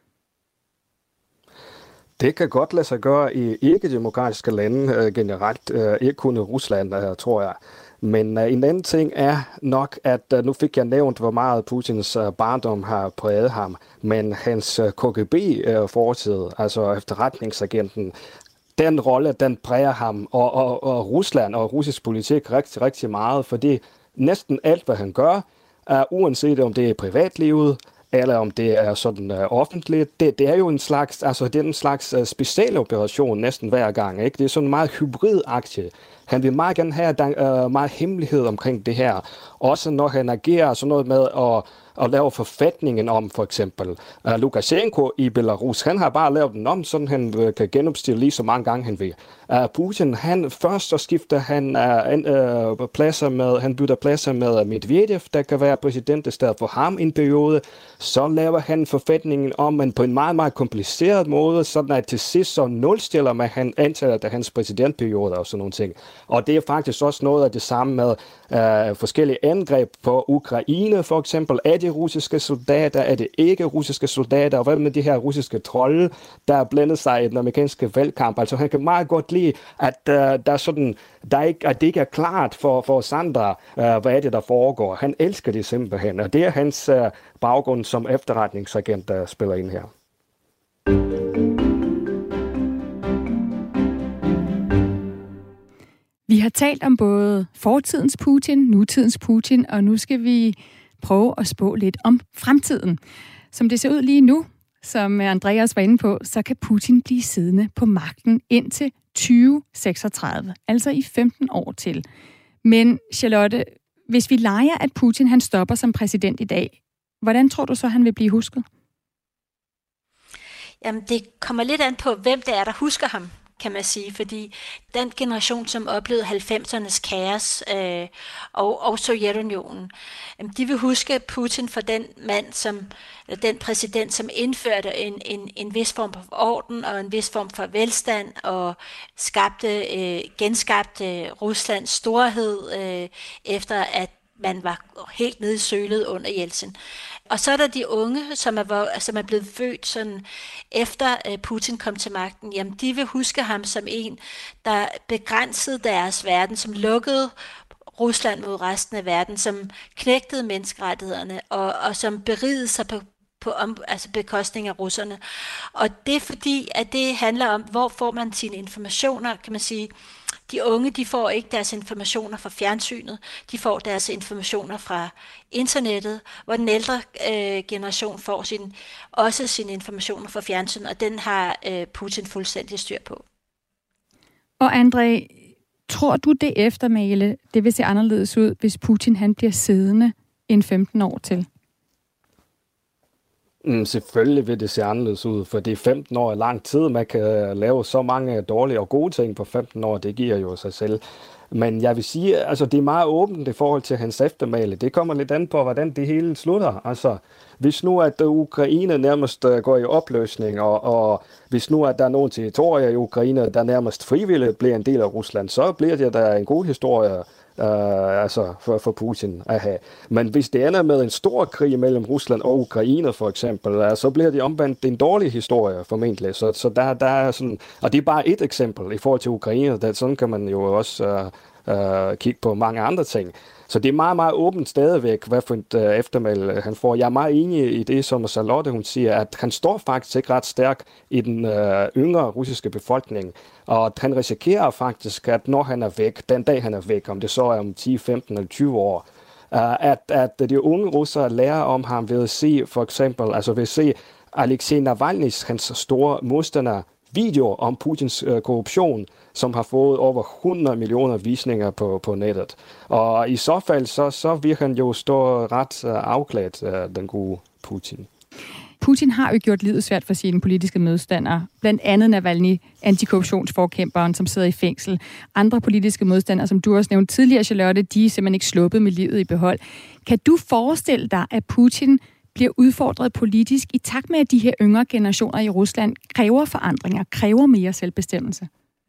Det kan godt lade sig gøre i ikke-demokratiske lande øh, generelt, øh, ikke kun i Rusland, øh, tror jeg. Men uh, en anden ting er nok, at uh, nu fik jeg nævnt, hvor meget Putins uh, barndom har præget ham, men hans uh, K G B-fortid, uh, altså efterretningsagenten, den rolle, den præger ham, og, og, og Rusland og russisk politik rigtig, rigtig meget, fordi næsten alt, hvad han gør, uh, uanset om det er privatlivet, eller om det er sådan uh, offentligt, det, det er jo en slags, altså det er en slags uh, specialoperation næsten hver gang, ikke? Det er sådan meget hybridaktie. Han vil meget gerne have der, uh, meget hemmelighed omkring det her. Også når han agerer sådan noget med at, at lave forfatningen om, for eksempel. Uh, Lukashenko i Belarus, han har bare lavet den om, sådan han uh, kan genopstille lige så mange gange han vil. Uh, Putin, han først så skifter han uh, uh, pladser med, han bytter pladser med Medvedev, der kan være præsident i stedet for ham en periode. Så laver han forfatningen om, men på en meget, meget kompliceret måde, sådan at til sidst så nulstiller man han antallet af hans præsidentperioder og sådan nogle ting. Og det er faktisk også noget af det samme med uh, forskellige angreb på Ukraine, for eksempel. Er det russiske soldater? Er det ikke russiske soldater? Og hvad med de her russiske trolde, der er blandet sig i den amerikanske valgkamp? Altså han kan meget godt lide, at, uh, der er sådan, der ikke, at det ikke er klart for, for os andre, uh, hvad er det, der foregår. Han elsker det simpelthen, og det er hans uh, baggrund som efterretningsagent, der spiller ind her. Vi har talt om både fortidens Putin, nutidens Putin, og nu skal vi prøve at spå lidt om fremtiden. Som det ser ud lige nu, som Andreas var inde på, så kan Putin blive siddende på magten indtil tyve seksogtredive, altså i femten år til. Men Charlotte, hvis vi leger, at Putin han stopper som præsident i dag, hvordan tror du så, han vil blive husket? Jamen, det kommer lidt an på, hvem det er, der husker ham, kan man sige, fordi den generation, som oplevede halvfemsernes kaos øh, og, og Sovjetunionen, øh, de vil huske Putin for den mand, som den præsident, som indførte en, en, en vis form for orden og en vis form for velstand og skabte, øh, genskabte Ruslands storhed øh, efter at man var helt nede i sølet under Jeltsin. Og så er der de unge, som er, som er blevet født sådan efter Putin kom til magten. Jamen, de vil huske ham som en, der begrænsede deres verden, som lukkede Rusland mod resten af verden, som knægtede menneskerettighederne og, og som berigede sig på på om, altså bekostning af russerne. Og det er fordi, at det handler om, hvor får man sine informationer, kan man sige. De unge, de får ikke deres informationer fra fjernsynet, de får deres informationer fra internettet, hvor den ældre øh, generation får sin, også sine informationer fra fjernsynet, og den har øh, Putin fuldstændig styr på. Og André, tror du det eftermæle, det vil se anderledes ud, hvis Putin han bliver siddende en femten år til? Mm, selvfølgelig vil det se anderledes ud, for det er femten år lang tid. Man kan lave så mange dårlige og gode ting på femten år, det giver jo sig selv. Men jeg vil sige, altså det er meget åbent i forhold til hans eftermæle. Det kommer lidt an på, hvordan det hele slutter. Altså, hvis nu at Ukraine nærmest går i opløsning, og, og hvis nu at der er nogle territorier i Ukraine, der nærmest frivilligt bliver en del af Rusland, så bliver det da en god historie uh, altså for, for Putin at have. Men hvis det ender med en stor krig mellem Rusland og Ukraine for eksempel, uh, så bliver det omvendt en dårlig historie formentlig. Så, så der, der er sådan, og det er bare et eksempel i forhold til Ukraine. Der, sådan kan man jo også uh, uh, kigge på mange andre ting. Så det er meget, meget åbent stadigvæk, hvad for et uh, eftermæl han får. Jeg er meget enig i det, som Charlotte hun siger, at han står faktisk ikke ret stærk i den uh, yngre russiske befolkning. Og han risikerer faktisk, at når han er væk, den dag han er væk, om det så er om ti, femten eller tyve år, uh, at, at de unge russere lærer om ham ved at se, for eksempel, altså ved at se Alexei Navalny's, hans store modstander, video om Putins øh, korruption, som har fået over hundrede millioner visninger på, på nettet. Og i så fald, så, så vil han jo stå ret øh, afklædt, øh, den gode Putin. Putin har jo gjort livet svært for sine politiske modstandere. Blandt andet Navalny, antikorruptionsforkæmperen, som sidder i fængsel. Andre politiske modstandere, som du også nævnte tidligere, Charlotte, de er simpelthen ikke sluppet med livet i behold. Kan du forestille dig, at Putin bliver udfordret politisk i takt med, at de her yngre generationer i Rusland kræver forandringer, kræver mere selvbestemmelse?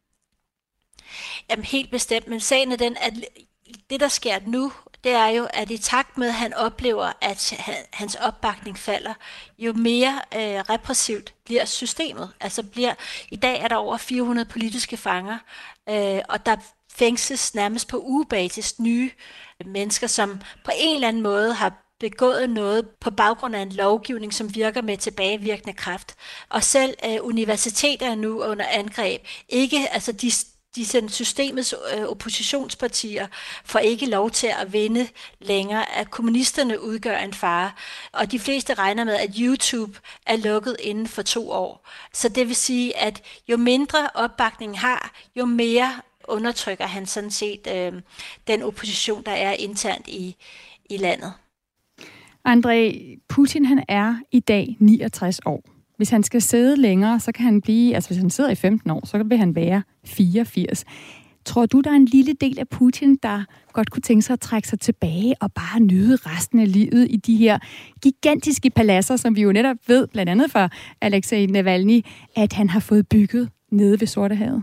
Jamen helt bestemt, men sagen er den, at det, der sker nu, det er jo, at i takt med, at han oplever, at hans opbakning falder, jo mere øh, repressivt bliver systemet. Altså bliver, i dag er der over fire hundrede politiske fanger, øh, og der fængsles nærmest på ugebasis nye mennesker, som på en eller anden måde har begået noget på baggrund af en lovgivning, som virker med tilbagevirkende kraft. Og selv øh, universiteter er nu under angreb. Ikke, altså de, de systemets øh, oppositionspartier får ikke lov til at vinde længere, at kommunisterne udgør en fare. Og de fleste regner med, at YouTube er lukket inden for to år. Så det vil sige, at jo mindre opbakning har, jo mere undertrykker han sådan set øh, den opposition, der er internt i, i landet. André, Putin han er i dag niogtres år. Hvis han skal sidde længere, så kan han blive, altså hvis han sidder i femten år, så vil han være fireogfirs. Tror du, der er en lille del af Putin, der godt kunne tænke sig at trække sig tilbage og bare nyde resten af livet i de her gigantiske paladser, som vi jo netop ved, blandt andet fra Alexei Navalny, at han har fået bygget nede ved Sortehavet?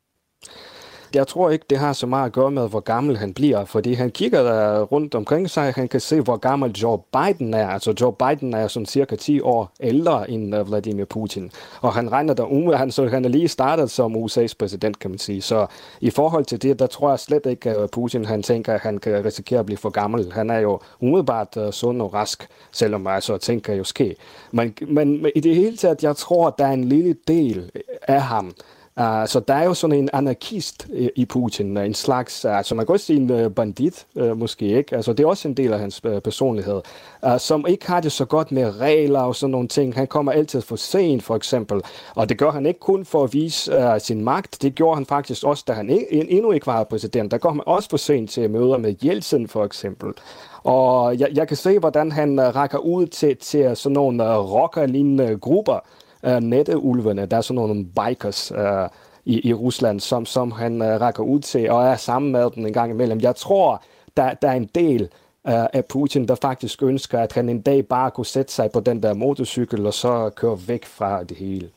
Jeg tror ikke, det har så meget at gøre med, hvor gammel han bliver, fordi han kigger der rundt omkring sig, han kan se, hvor gammel Joe Biden er. Altså Joe Biden er sådan cirka ti år ældre end uh, Vladimir Putin, og han regner der umiddelbart, han, så han er lige startet som U S A's præsident, kan man sige. Så i forhold til det, der tror jeg slet ikke, at Putin han tænker, at han kan risikere at blive for gammel. Han er jo umiddelbart uh, sund og rask, selvom altså ting kan jo ske. Men, men, men i det hele taget, jeg tror, der er en lille del af ham. Uh, så der er jo sådan en anarkist i, i Putin, en slags, altså man kan også sige en uh, bandit, uh, måske ikke. Altså det er også en del af hans uh, personlighed, uh, som ikke har det så godt med regler og sådan nogle ting. Han kommer altid for sent, for eksempel, og det gør han ikke kun for at vise uh, sin magt. Det gjorde han faktisk også, da han ikke, endnu ikke var præsident. Der går han også for sent til møder med Jeltsin, for eksempel. Og jeg, jeg kan se, hvordan han uh, rækker ud til, til sådan nogle uh, rocker-lignende grupper. Uh, netteulvene, der er sådan nogle bikers uh, i, i Rusland, som, som han uh, rækker ud til, og er sammen med dem en gang imellem. Jeg tror, der, der er en del uh, af Putin, der faktisk ønsker, at han en dag bare kunne sætte sig på den der motorcykel, og så køre væk fra det hele.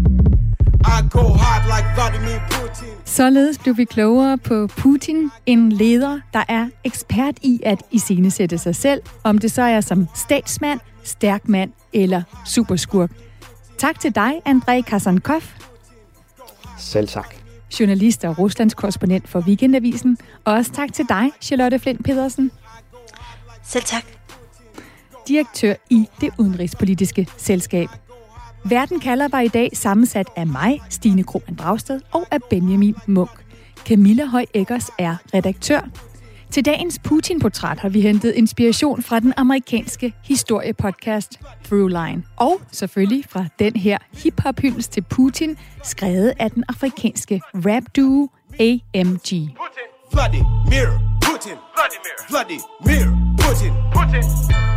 Således blev vi klogere på Putin, en leder, der er ekspert i at iscenesætte sig selv, om det så er som statsmand, stærk mand eller superskurk. Tak til dig, Andrei Kasankov. Selv tak. Journalist og Ruslands korrespondent for Weekendavisen. Og også tak til dig, Charlotte Flint Pedersen. Selv tak. Direktør i Det Udenrigspolitiske Selskab. Verden kalder var i dag sammensat af mig, Stine Krohmann Dragsted, og af Benjamin Munk. Camilla Høj Eggers er redaktør. Til dagens Putin-portræt har vi hentet inspiration fra den amerikanske historiepodcast Throughline. Og selvfølgelig fra den her hip-hop-hyldest til Putin, skrevet af den afrikanske rap-duo A M G. Vladimir Putin. Vladimir. Vladimir Putin. Putin.